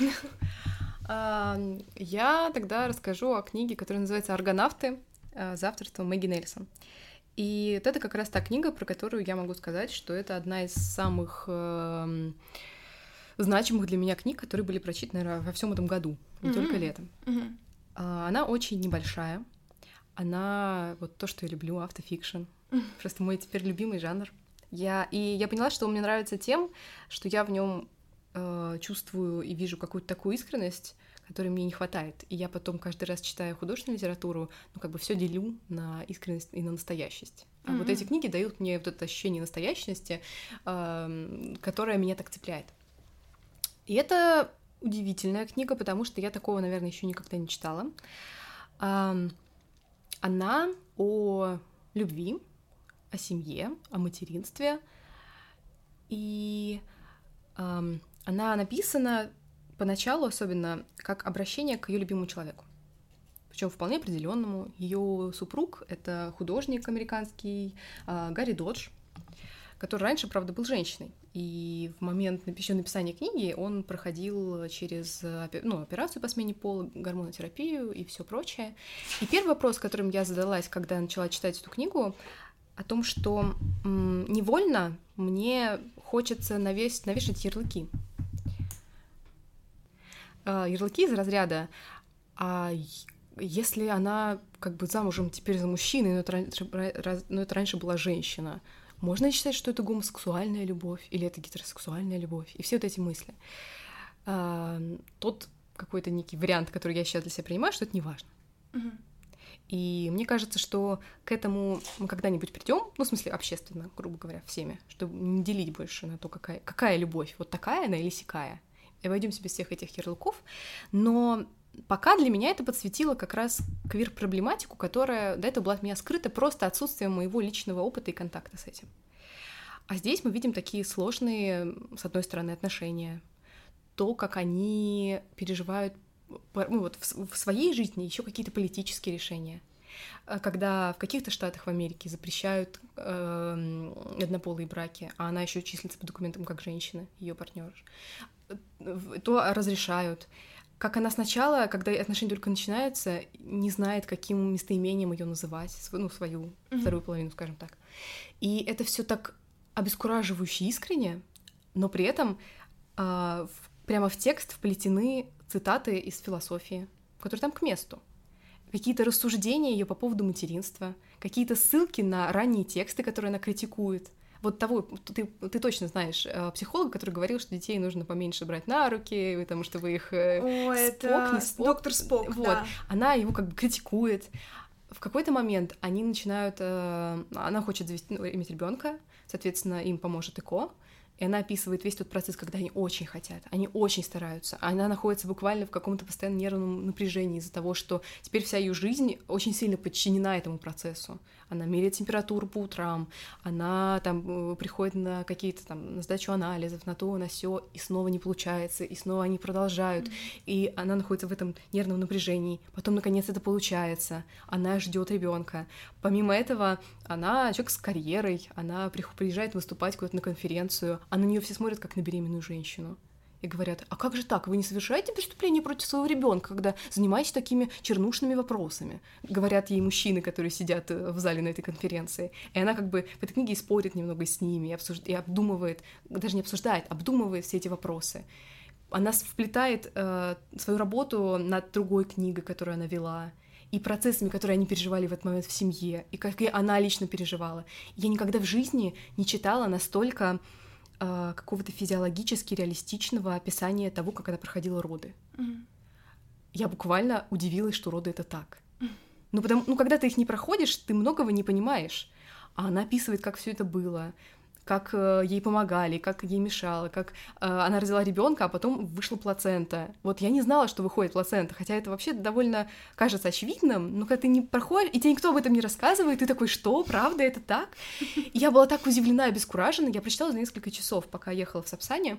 Я тогда расскажу о книге, которая называется «Аргонавты» за авторством Мэгги Нельсон. И вот это как раз та книга, про которую я могу сказать, что это одна из самых значимых для меня книг, которые были прочитаны, наверное, во всем этом году, не только летом. Она очень небольшая, она вот то, что я люблю, автофикшн, просто мой теперь любимый жанр. Я поняла, что он мне нравится тем, что я в нем чувствую и вижу какую-то такую искренность, которой мне не хватает. И я потом каждый раз, читая художественную литературу, ну, как бы все делю на искренность и на настоящесть. А вот эти книги дают мне вот это ощущение настоящности, которое меня так цепляет. И это удивительная книга, потому что я такого, наверное, еще никогда не читала. Она о любви, о семье, о материнстве. И она написана поначалу особенно как обращение к ее любимому человеку. Причем вполне определенному. Ее супруг — это художник американский Гарри Додж, который раньше, правда, был женщиной. И в момент еще написания книги он проходил через операцию по смене пола, гормонотерапию и все прочее. И первый вопрос, которым я задалась, когда начала читать эту книгу, о том, что невольно мне хочется навешать ярлыки. Ярлыки из разряда: а если она как бы замужем теперь за мужчиной, но это раньше была женщина, можно ли считать, что это гомосексуальная любовь или это гетеросексуальная любовь? И все вот эти мысли. Тот какой-то некий вариант, который я сейчас для себя принимаю, что это не важно. И мне кажется, что к этому мы когда-нибудь придем, ну, в смысле, общественно, грубо говоря, всеми, чтобы не делить больше на то, какая любовь, вот такая она или сякая. И обойдемся без всех этих ярлыков. Но пока для меня это подсветило как раз квир-проблематику, которая до этого была от меня скрыта просто отсутствием моего личного опыта и контакта с этим. А здесь мы видим такие сложные, с одной стороны, отношения, то, как они переживают в своей жизни еще какие-то политические решения. Когда в каких-то штатах в Америке запрещают однополые браки, а она еще числится по документам как женщина, ее партнер, то разрешают. Как она сначала, когда отношения только начинаются, не знает, каким местоимением ее называть, свою вторую половину, скажем так. И это все так обескураживающе искренне, но при этом прямо в текст вплетены цитаты из философии, которые там к месту. Какие-то рассуждения ее по поводу материнства, какие-то ссылки на ранние тексты, которые она критикует. Вот того, ты точно знаешь психолога, который говорил, что детей нужно поменьше брать на руки, потому что вы их
это доктор Спок,
вот.
Да.
Она его как бы критикует. В какой-то момент они начинают... она хочет иметь ребенка, соответственно, им поможет ЭКО. И она описывает весь тот процесс, когда они очень хотят, они очень стараются. Она находится буквально в каком-то постоянном нервном напряжении из-за того, что теперь вся ее жизнь очень сильно подчинена этому процессу. Она меряет температуру по утрам, она там приходит на какие-то там на сдачу анализов, на то, на сё, и снова не получается, и снова они продолжают. И она находится в этом нервном напряжении. Потом, наконец, это получается. Она ждет ребенка. Помимо этого, она человек с карьерой, она приезжает выступать куда-то на конференцию, а на нее все смотрят как на беременную женщину. И говорят: а как же так, вы не совершаете преступление против своего ребенка, когда занимаетесь такими чернушными вопросами? Говорят ей мужчины, которые сидят в зале на этой конференции. И она как бы в этой книге спорит немного с ними и обдумывает, даже не обсуждает, обдумывает все эти вопросы. Она вплетает свою работу над другой книгой, которую она вела, и процессами, которые они переживали в этот момент в семье, и как она лично переживала. Я никогда в жизни не читала настолько какого-то физиологически реалистичного описания того, как она проходила роды. Я буквально удивилась, что роды — это так. Когда ты их не проходишь, ты многого не понимаешь. А она описывает, как все это было, как ей помогали, как ей мешало, как она родила ребенка, а потом вышла плацента. Вот я не знала, что выходит плацента, хотя это вообще довольно кажется очевидным, но когда ты не проходишь, и тебе никто об этом не рассказывает, ты такой: что, правда, это так? И я была так удивлена и обескуражена, я прочитала за несколько часов, пока ехала в Сапсане,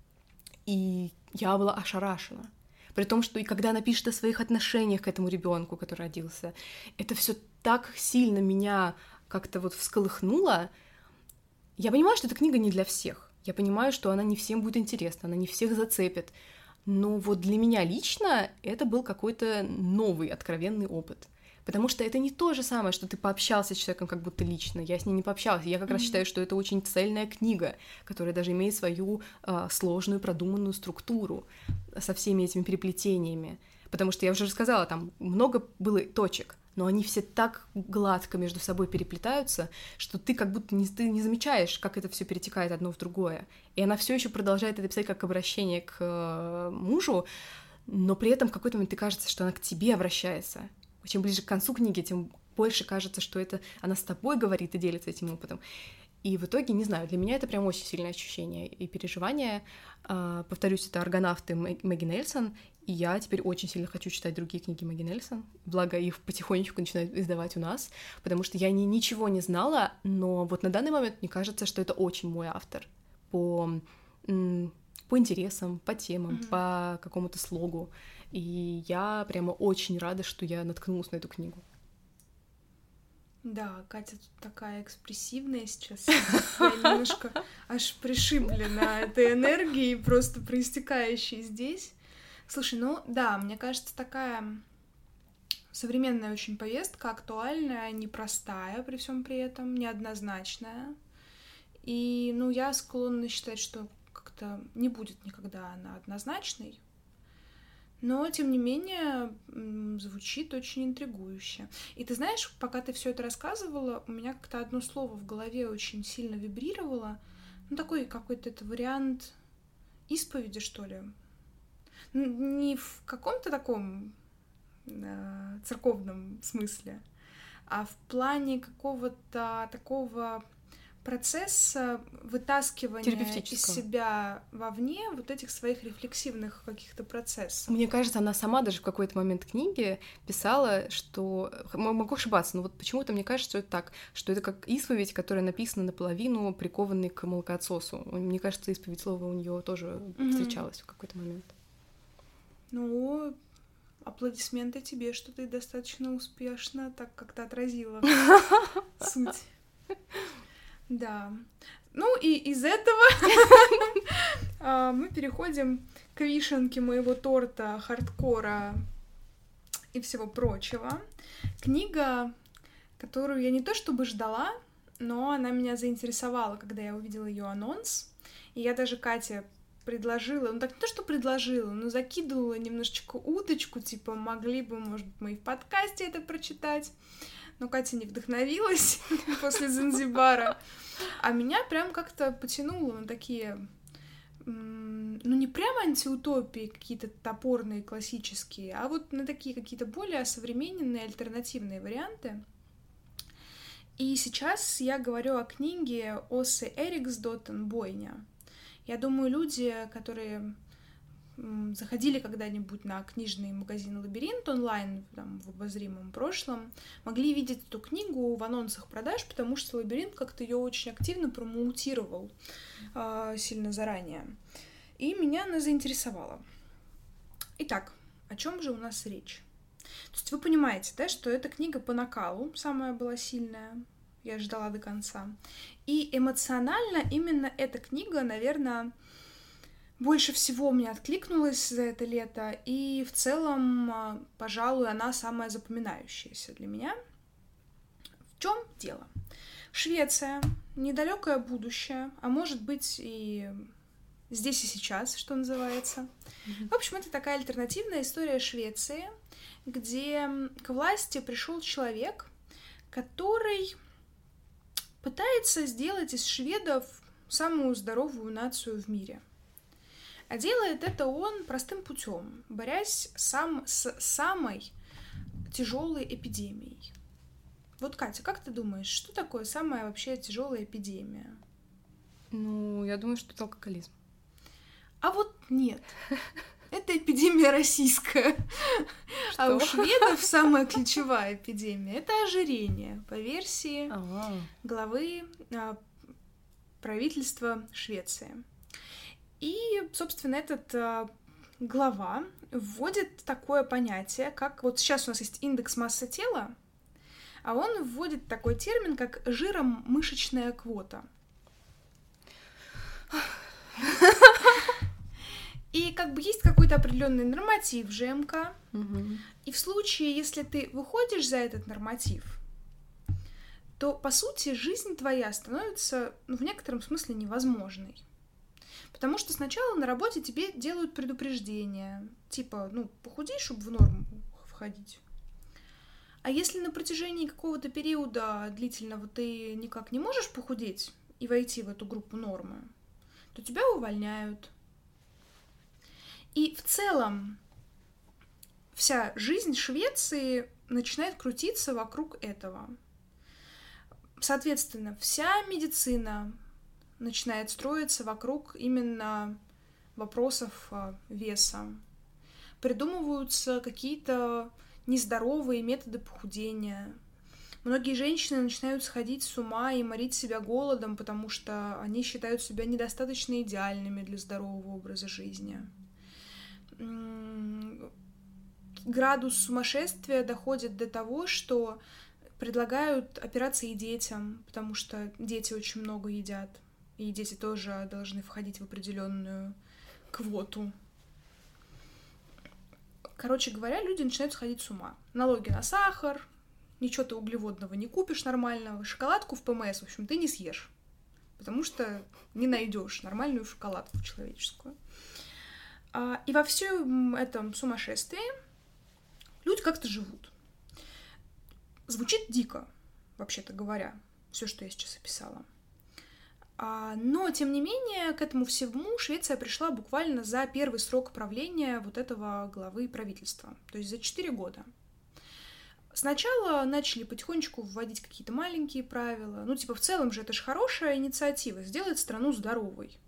и я была ошарашена. При том, что и когда она пишет о своих отношениях к этому ребенку, который родился, это все так сильно меня как-то вот всколыхнуло. Я понимаю, что эта книга не для всех. Я понимаю, что она не всем будет интересна, она не всех зацепит. Но вот для меня лично это был какой-то новый, откровенный опыт. Потому что это не то же самое, что ты пообщался с человеком как будто лично. Я с ней не пообщалась. Я как раз считаю, что это очень цельная книга, которая даже имеет свою сложную, продуманную структуру со всеми этими переплетениями. Потому что я уже рассказала, там много было точек, но они все так гладко между собой переплетаются, что ты как будто ты не замечаешь, как это все перетекает одно в другое. И она все еще продолжает это писать как обращение к мужу, но при этом в какой-то момент ты кажется, что она к тебе обращается. Чем ближе к концу книги, тем больше кажется, что это она с тобой говорит и делится этим опытом. И в итоге, не знаю, для меня это прям очень сильное ощущение и переживание. Повторюсь, это «Аргонавты» Мэгги Нельсон, и я теперь очень сильно хочу читать другие книги Мэгги Нельсон, благо их потихонечку начинают издавать у нас, потому что я ничего не знала, но вот на данный момент мне кажется, что это очень мой автор по интересам, по темам, по какому-то слогу, и я прямо очень рада, что я наткнулась на эту книгу.
Да, Катя тут такая экспрессивная сейчас. Я немножко аж пришиблена этой энергией, просто проистекающей здесь. Слушай, ну да, мне кажется, такая современная очень повестка, актуальная, непростая при всем при этом, неоднозначная. И, ну, я склонна считать, что как-то не будет никогда она однозначной. Но, тем не менее, звучит очень интригующе. И ты знаешь, пока ты все это рассказывала, у меня как-то одно слово в голове очень сильно вибрировало. Ну, такой какой-то это вариант исповеди, что ли. Не в каком-то таком церковном смысле, а в плане какого-то такого процесса вытаскивания из себя вовне вот этих своих рефлексивных каких-то процессов.
Мне кажется, она сама даже в какой-то момент книги писала, что... Могу ошибаться, но вот почему-то мне кажется, что это так, что это как исповедь, которая написана наполовину прикованной к молокоотсосу. Мне кажется, исповедь слова у нее тоже встречалась в какой-то момент.
Ну, аплодисменты тебе, что ты достаточно успешно так как-то отразила суть. Да. Ну и из этого мы переходим к вишенке моего торта, хардкора и всего прочего. Книга, которую я не то чтобы ждала, но она меня заинтересовала, когда я увидела ее анонс. И я даже Кате предложила, ну так не то, что предложила, но закидывала немножечко уточку, типа могли бы, может быть, мы и в подкасте это прочитать. Но Катя не вдохновилась после Занзибара, а меня прям как-то потянуло на такие, ну не прям антиутопии какие-то топорные, классические, а вот на такие какие-то более современные, альтернативные варианты. И сейчас я говорю о книге Оссы Эриксдоттен «Бойня». Я думаю, люди, которые заходили когда-нибудь на книжный магазин «Лабиринт» онлайн там, в обозримом прошлом, могли видеть эту книгу в анонсах продаж, потому что «Лабиринт» как-то ее очень активно промоутировал сильно заранее. И меня она заинтересовала. Итак, о чем же у нас речь? То есть вы понимаете, да, что эта книга по накалу, самая была сильная, я ждала до конца. И эмоционально именно эта книга, наверное, больше всего мне откликнулась за это лето, и в целом, пожалуй, она самая запоминающаяся для меня. В чем дело? Швеция, недалекое будущее, а может быть и здесь и сейчас, что называется. В общем, это такая альтернативная история Швеции, где к власти пришел человек, который пытается сделать из шведов самую здоровую нацию в мире. А делает это он простым путем, борясь с самой тяжелой эпидемией. Вот, Катя, как ты думаешь, что такое самая вообще тяжелая эпидемия?
Ну, я думаю, что это алкоголизм.
А вот нет. Это эпидемия российская. Что? А у шведов самая ключевая эпидемия — это ожирение, по версии главы правительства Швеции. И, собственно, этот глава вводит такое понятие, как... Вот сейчас у нас есть индекс массы тела, а он вводит такой термин, как жиромышечная квота. И как бы есть какой-то определенный норматив ЖМК, и в случае, если ты выходишь за этот норматив, то, по сути, жизнь твоя становится, в некотором смысле невозможной. Потому что сначала на работе тебе делают предупреждения, типа, похудей, чтобы в норму входить. А если на протяжении какого-то периода длительного ты никак не можешь похудеть и войти в эту группу нормы, то тебя увольняют. И в целом вся жизнь Швеции начинает крутиться вокруг этого. Соответственно, вся медицина начинает строиться вокруг именно вопросов веса. Придумываются какие-то нездоровые методы похудения. Многие женщины начинают сходить с ума и морить себя голодом, потому что они считают себя недостаточно идеальными для здорового образа жизни. Градус сумасшествия доходит до того, что предлагают операции детям, потому что дети очень много едят, и дети тоже должны входить в определенную квоту. Короче говоря, люди начинают сходить с ума. Налоги на сахар, ничего ты углеводного не купишь нормального, шоколадку в ПМС, в общем, ты не съешь, потому что не найдешь нормальную шоколадку человеческую. И во всем этом сумасшествии люди как-то живут. Звучит дико, вообще-то говоря, все, что я сейчас описала. Но, тем не менее, к этому всему Швеция пришла буквально за первый срок правления вот этого главы правительства, то есть за 4 года. Сначала начали потихонечку вводить какие-то маленькие правила. В целом же это же хорошая инициатива, сделать страну здоровой.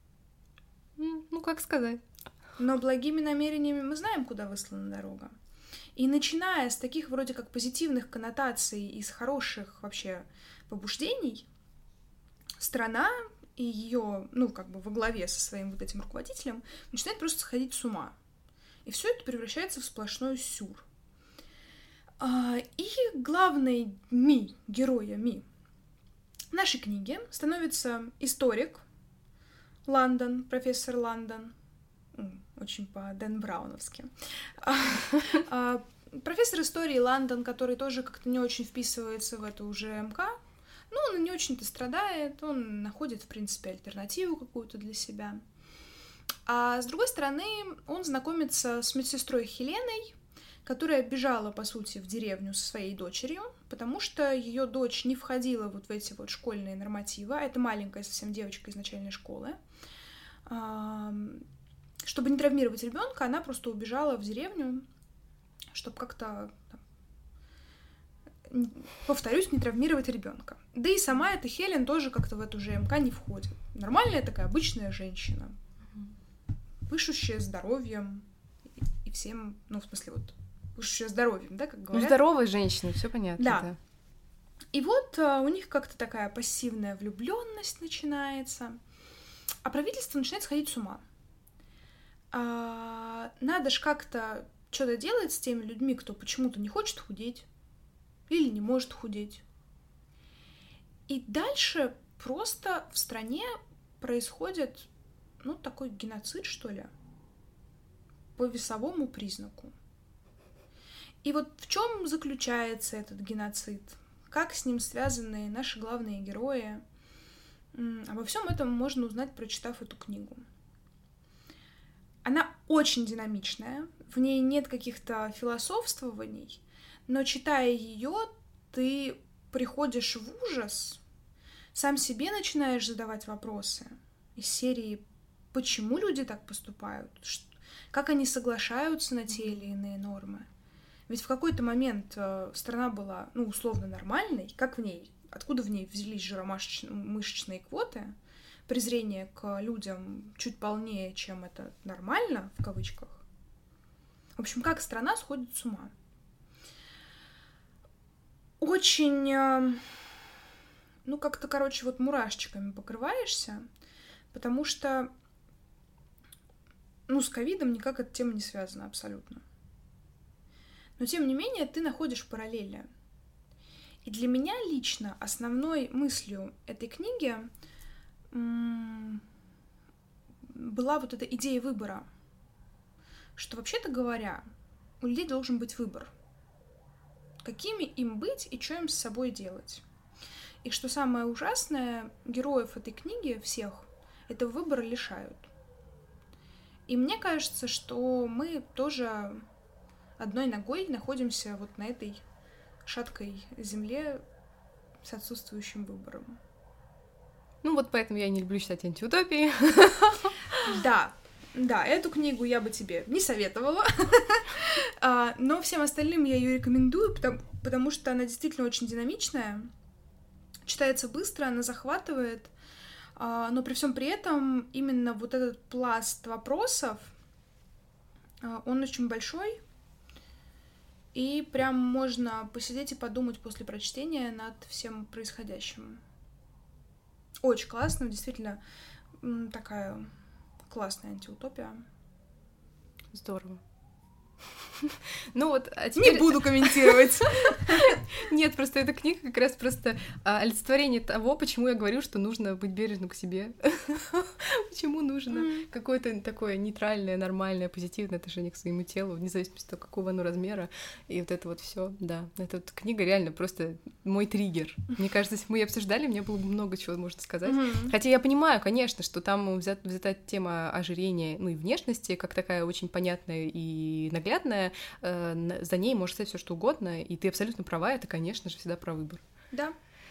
Как сказать.
Но благими намерениями мы знаем, куда выслана дорога. И начиная с таких вроде как позитивных коннотаций и с хороших вообще побуждений, страна и ее, во главе со своим вот этим руководителем начинает просто сходить с ума. И все это превращается в сплошной сюр. И главной героями нашей книги становится историк Ландон, профессор Ландон, очень по-Дэн Брауновски. Профессор истории Ландон, который тоже как-то не очень вписывается в эту уже МК, он не очень-то страдает, он находит, в принципе, альтернативу какую-то для себя. А с другой стороны, он знакомится с медсестрой Хеленой, которая бежала, по сути, в деревню со своей дочерью, потому что ее дочь не входила вот в эти вот школьные нормативы, а это маленькая совсем девочка из начальной школы. Чтобы не травмировать ребенка, она просто убежала в деревню, чтобы как-то, повторюсь, не травмировать ребенка. Да и сама эта Хелен тоже как-то в эту же МК не входит. Нормальная такая обычная женщина, пышущая здоровьем и всем, пышущая здоровьем, да, как говорят.
Здоровая женщина, все понятно.
Да. И вот у них как-то такая пассивная влюбленность начинается, а правительство начинает сходить с ума. Надо ж как-то что-то делать с теми людьми, кто почему-то не хочет худеть или не может худеть. И дальше просто в стране происходит, такой геноцид, что ли, по весовому признаку. И вот в чем заключается этот геноцид? Как с ним связаны наши главные герои? Обо всем этом можно узнать, прочитав эту книгу. Она очень динамичная, в ней нет каких-то философствований, но читая ее, ты приходишь в ужас, сам себе начинаешь задавать вопросы из серии «Почему люди так поступают?», как они соглашаются на те или иные нормы. Ведь в какой-то момент страна была, условно нормальной, откуда в ней взялись жиромышечные квоты, презрение к людям чуть полнее, чем это нормально, в кавычках. В общем, как страна сходит с ума. Очень, как-то, мурашечками покрываешься, потому что, с ковидом никак эта тема не связана абсолютно. Но, тем не менее, ты находишь параллели. И для меня лично основной мыслью этой книги была вот эта идея выбора, что, вообще-то говоря, у людей должен быть выбор, какими им быть и что им с собой делать. И что самое ужасное, героев этой книги всех этого выбора лишают. И мне кажется, что мы тоже одной ногой находимся вот на этой шаткой земле с отсутствующим выбором.
Поэтому я не люблю читать антиутопии.
Да, Да, эту книгу я бы тебе не советовала, но всем остальным я ее рекомендую, потому что она действительно очень динамичная, читается быстро, она захватывает, но при всем при этом именно вот этот пласт вопросов, он очень большой, и прям можно посидеть и подумать после прочтения над всем происходящим. Очень классно, действительно такая классная антиутопия.
Здорово. Ну вот, а теперь...
Не буду комментировать.
Нет, просто эта книга как раз просто олицетворение того, почему я говорю, что нужно быть бережным к себе. Почему нужно какое-то такое нейтральное, нормальное, позитивное отношение к своему телу, вне зависимости от того, какого оно размера. И вот это вот все, да. Эта вот книга реально просто мой триггер. Мне кажется, если бы мы ее обсуждали, мне было бы много чего можно сказать. Хотя я понимаю, конечно, что там взята тема ожирения, ну и внешности, как такая очень понятная и наглядная, за ней может стать все что угодно, и ты абсолютно права, это, конечно же, всегда про выбор.
Да.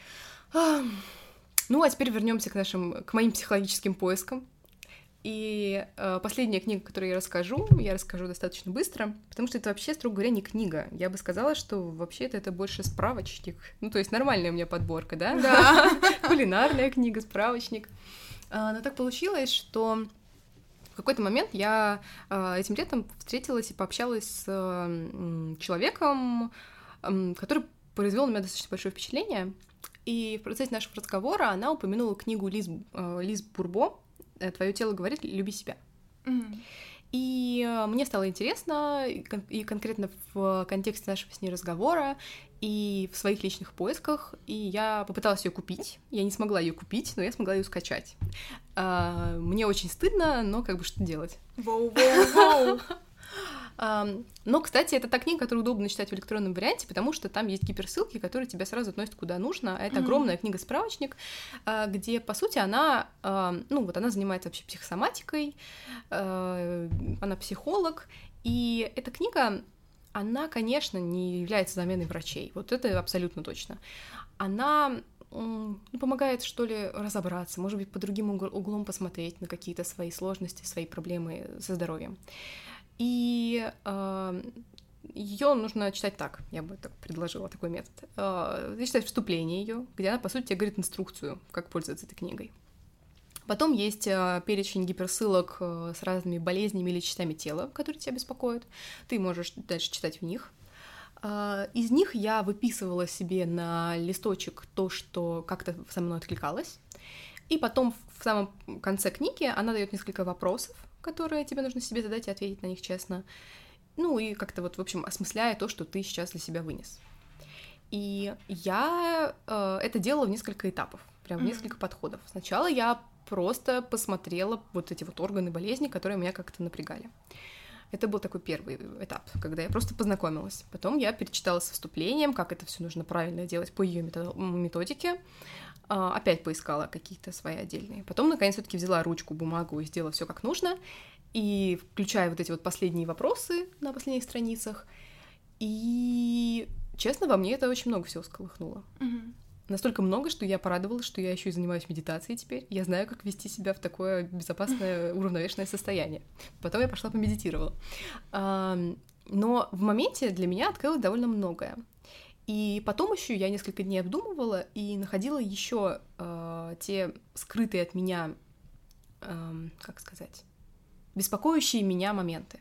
Ну, а теперь вернемся к моим психологическим поискам. И последняя книга, которую я расскажу достаточно быстро, потому что это вообще, строго говоря, не книга. Я бы сказала, что вообще-то это больше справочник. Ну, то есть нормальная у меня подборка, да?
Да.
Кулинарная книга, справочник. Но так получилось, что в какой-то момент я этим летом встретилась и пообщалась с человеком, который произвел на меня достаточно большое впечатление. И в процессе нашего разговора она упомянула книгу Лиз Бурбо «Твое тело говорит, люби себя». И мне стало интересно, и конкретно в контексте нашего с ней разговора, и в своих личных поисках, и я попыталась ее купить. Я не смогла ее купить, но я смогла ее скачать. Мне очень стыдно, но как бы что делать?
Воу-воу-воу!
Но, кстати, это та книга, которую удобно читать в электронном варианте, потому что там есть гиперссылки, которые тебя сразу относят куда нужно. Это огромная книга-справочник, где, по сути, она занимается вообще психосоматикой, она психолог, и эта книга, она, конечно, не является заменой врачей, вот это абсолютно точно. Она помогает, что ли, разобраться, может быть, по другим углом посмотреть на какие-то свои сложности, свои проблемы со здоровьем. И ее нужно читать так, я бы так предложила такой метод. Читать вступление ее, где она, по сути, тебе говорит инструкцию, как пользоваться этой книгой. Потом есть перечень гиперссылок с разными болезнями или частями тела, которые тебя беспокоят. Ты можешь дальше читать в них. Из них я выписывала себе на листочек то, что как-то со мной откликалось. И потом в самом конце книги она дает несколько вопросов, которые тебе нужно себе задать и ответить на них честно. Ну и как-то вот, в общем, осмысляя то, что ты сейчас для себя вынес. И я это делала в несколько этапов, прям в несколько подходов. Сначала я просто посмотрела вот эти вот органы болезни, которые меня как-то напрягали. Это был такой первый этап, когда я просто познакомилась. Потом я перечитала со вступлением, как это все нужно правильно делать по ее методике. Опять поискала какие-то свои отдельные. Потом, наконец, все-таки взяла ручку, бумагу и сделала все как нужно. И включая вот эти вот последние вопросы на последних страницах. И, честно, во мне это очень много всего всколыхнуло. Настолько много, что я порадовалась, что я еще и занимаюсь медитацией теперь. Я знаю, как вести себя в такое безопасное, уравновешенное состояние. Потом я пошла помедитировала. Но в моменте для меня открылось довольно многое. И потом еще я несколько дней обдумывала и находила еще те скрытые от меня, как сказать, беспокоящие меня моменты.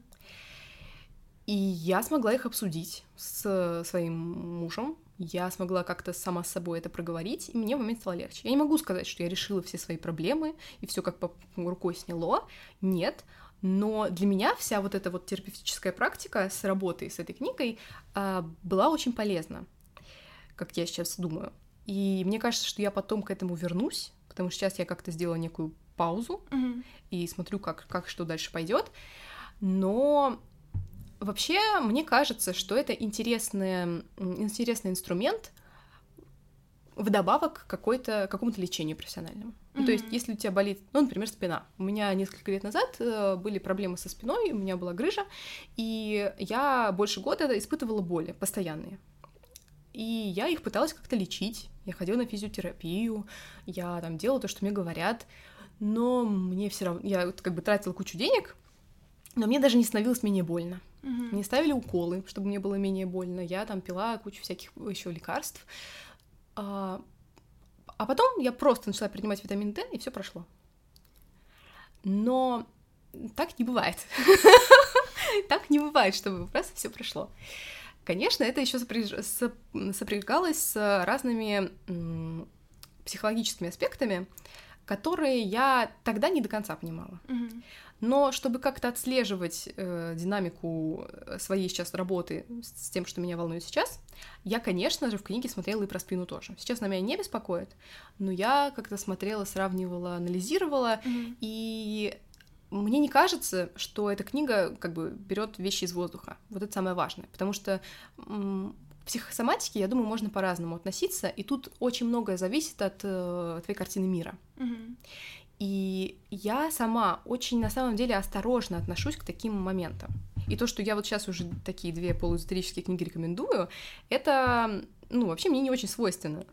И я смогла их обсудить с своим мужем. Я смогла как-то сама с собой это проговорить, и мне в момент стало легче. Я не могу сказать, что я решила все свои проблемы, и все как по рукой сняло. Нет. Но для меня вся вот эта вот терапевтическая практика с работой с этой книгой была очень полезна, как я сейчас думаю. И мне кажется, что я потом к этому вернусь, потому что сейчас я как-то сделала некую паузу и смотрю, как что дальше пойдет. Но вообще, мне кажется, что это интересный инструмент вдобавок к какому-то лечению профессиональному. Ну, то есть, если у тебя болит, ну, например, спина. У меня несколько лет назад были проблемы со спиной, у меня была грыжа, и я больше года испытывала боли постоянные. И я их пыталась как-то лечить. Я ходила на физиотерапию, я там делала то, что мне говорят. но мне все равно... Я вот как бы тратила кучу денег, но мне даже не становилось менее больно. Мне ставили уколы, чтобы мне было менее больно. Я там пила кучу всяких еще лекарств. А потом я просто начала принимать витамин D, и все прошло. Но так не бывает. Так не бывает, чтобы просто все прошло. Конечно, это еще сопрягалось с разными психологическими аспектами, которые я тогда не до конца понимала. Но чтобы как-то отслеживать динамику своей сейчас работы с тем, что меня волнует сейчас, я, конечно же, в книге смотрела и про спину тоже. Сейчас она меня не беспокоит, но я как-то смотрела, сравнивала, анализировала, и мне не кажется, что эта книга как бы берет вещи из воздуха. Вот это самое важное, потому что к психосоматике, я думаю, можно по-разному относиться, и тут очень многое зависит от твоей картины мира. И я сама очень, на самом деле, осторожно отношусь к таким моментам. И то, что я вот сейчас уже такие 2 полуэзотерические книги рекомендую, это, вообще мне не очень свойственно.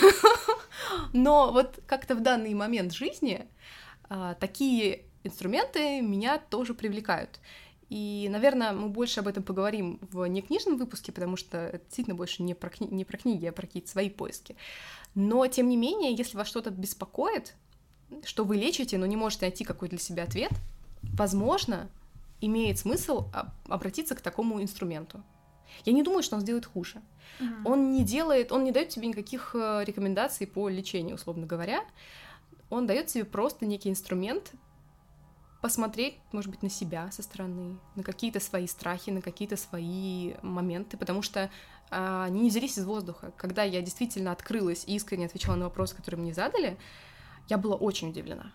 Но вот как-то в данный момент жизни такие инструменты меня тоже привлекают. И, наверное, мы больше об этом поговорим в некнижном выпуске, потому что это действительно больше не про книги, а про какие-то свои поиски. Но, тем не менее, если вас что-то беспокоит, что вы лечите, но не можете найти какой-то для себя ответ, возможно, имеет смысл обратиться к такому инструменту. Я не думаю, что он сделает хуже. Он не дает тебе никаких рекомендаций по лечению, условно говоря. Он дает тебе просто некий инструмент посмотреть, может быть, на себя со стороны, на какие-то свои страхи, на какие-то свои моменты, потому что они не взялись из воздуха. Когда я действительно открылась и искренне отвечала на вопросы, которые мне задали, я была очень удивлена.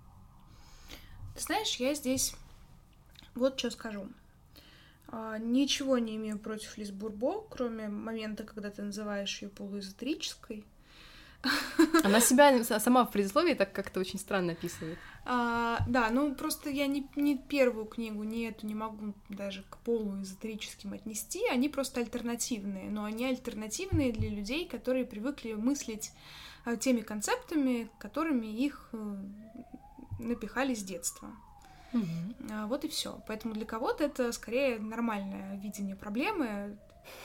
Ты знаешь, я здесь вот что скажу. Ничего не имею против Лиз Бурбо, кроме момента, когда ты называешь ее полуэзотерической.
Она себя сама в предисловии так как-то очень странно описывает.
Да, просто я не первую книгу, ни эту не могу даже к полуэзотерическим отнести. Они просто альтернативные, но они альтернативные для людей, которые привыкли мыслить теми концептами, которыми их напихали с детства. Вот и все. Поэтому для кого-то это скорее нормальное видение проблемы,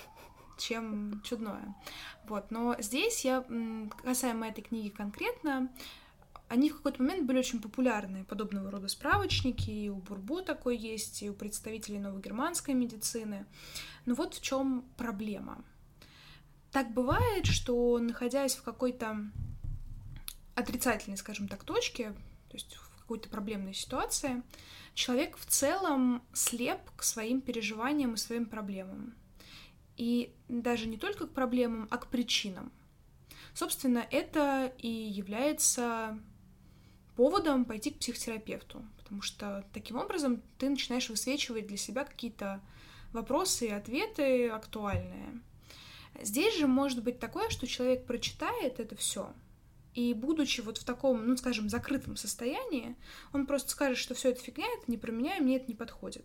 чем чудное. Вот. Но здесь касаемо этой книги конкретно, они в какой-то момент были очень популярны, подобного рода справочники, и у Бурбо такой есть, и у представителей новогерманской медицины. Но вот в чем проблема. Так бывает, что, находясь в какой-то отрицательной, скажем так, точке, то есть в какой-то проблемной ситуации, человек в целом слеп к своим переживаниям и своим проблемам. И даже не только к проблемам, а к причинам. Собственно, это и является поводом пойти к психотерапевту, потому что таким образом ты начинаешь высвечивать для себя какие-то вопросы и ответы актуальные. Здесь же может быть такое, что человек прочитает это все, и будучи вот в таком, скажем, закрытом состоянии, он просто скажет, что все это фигня, это не про меня, и мне это не подходит.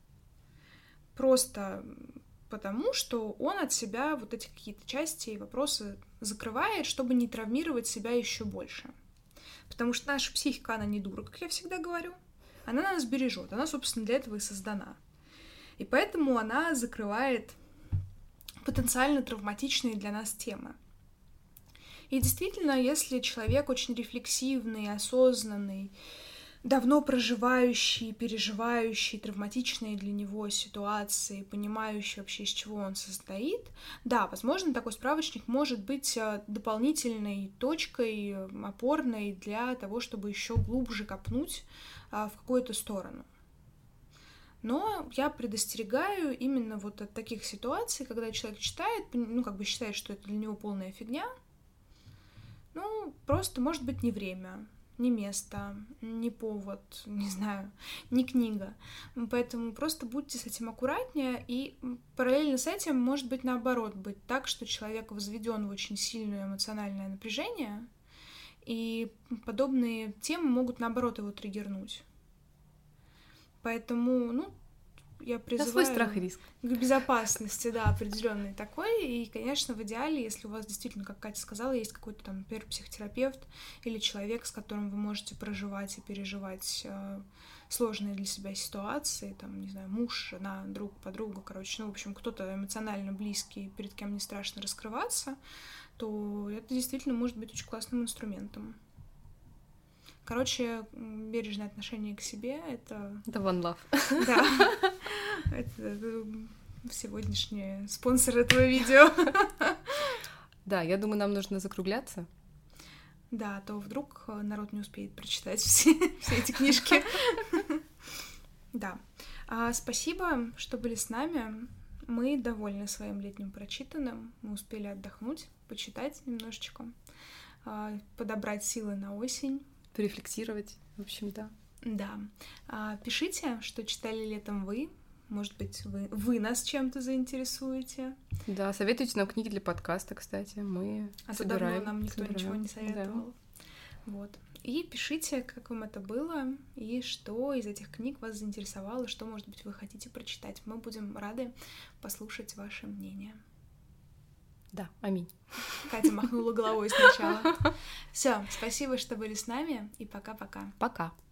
Просто потому, что он от себя вот эти какие-то части и вопросы закрывает, чтобы не травмировать себя еще больше. Потому что наша психика, она не дура, как я всегда говорю. Она нас бережет, она, собственно, для этого и создана. И поэтому она закрывает потенциально травматичные для нас темы. И действительно, если человек очень рефлексивный, осознанный, давно проживающий, переживающий травматичные для него ситуации, понимающий вообще, из чего он состоит, да, возможно, такой справочник может быть дополнительной точкой, опорной для того, чтобы еще глубже копнуть в какую-то сторону. Но я предостерегаю именно вот от таких ситуаций, когда человек читает, считает, что это для него полная фигня. Просто, может быть, не время, не место, не повод, не знаю, не книга. Поэтому просто будьте с этим аккуратнее, и параллельно с этим, может быть, наоборот, быть так, что человек возведен в очень сильное эмоциональное напряжение, и подобные темы могут, наоборот, его триггернуть. Поэтому, я
Да,
призываю
свой страх и риск.
к безопасности, да, определенной такой. И, конечно, в идеале, если у вас действительно, как Катя сказала, есть какой-то там, например, психотерапевт или человек, с которым вы можете проживать и переживать сложные для себя ситуации, там, не знаю, муж, жена, друг, подруга, короче, ну, в общем, кто-то эмоционально близкий, перед кем не страшно раскрываться, то это действительно может быть очень классным инструментом. Короче, бережное отношение к себе — это...
Это one love.
Да. Это сегодняшний спонсор этого видео.
Да, я думаю, нам нужно закругляться.
Да, а то вдруг народ не успеет прочитать все эти книжки. Да. Спасибо, что были с нами. Мы довольны своим летним прочитанным. Мы успели отдохнуть, почитать немножечко, подобрать силы на осень.
Порефлексировать, в общем, да.
Да. Пишите, что читали летом вы. Может быть, вы нас чем-то заинтересуете.
Да, советуйте нам книги для подкаста, кстати. Мы собираем.
Давно нам никто ничего не советовал. Да. Вот. И пишите, как вам это было, и что из этих книг вас заинтересовало, что, может быть, вы хотите прочитать. Мы будем рады послушать ваше мнение.
Да, аминь.
Катя махнула головой сначала. Все, спасибо, что были с нами, и пока-пока.
Пока.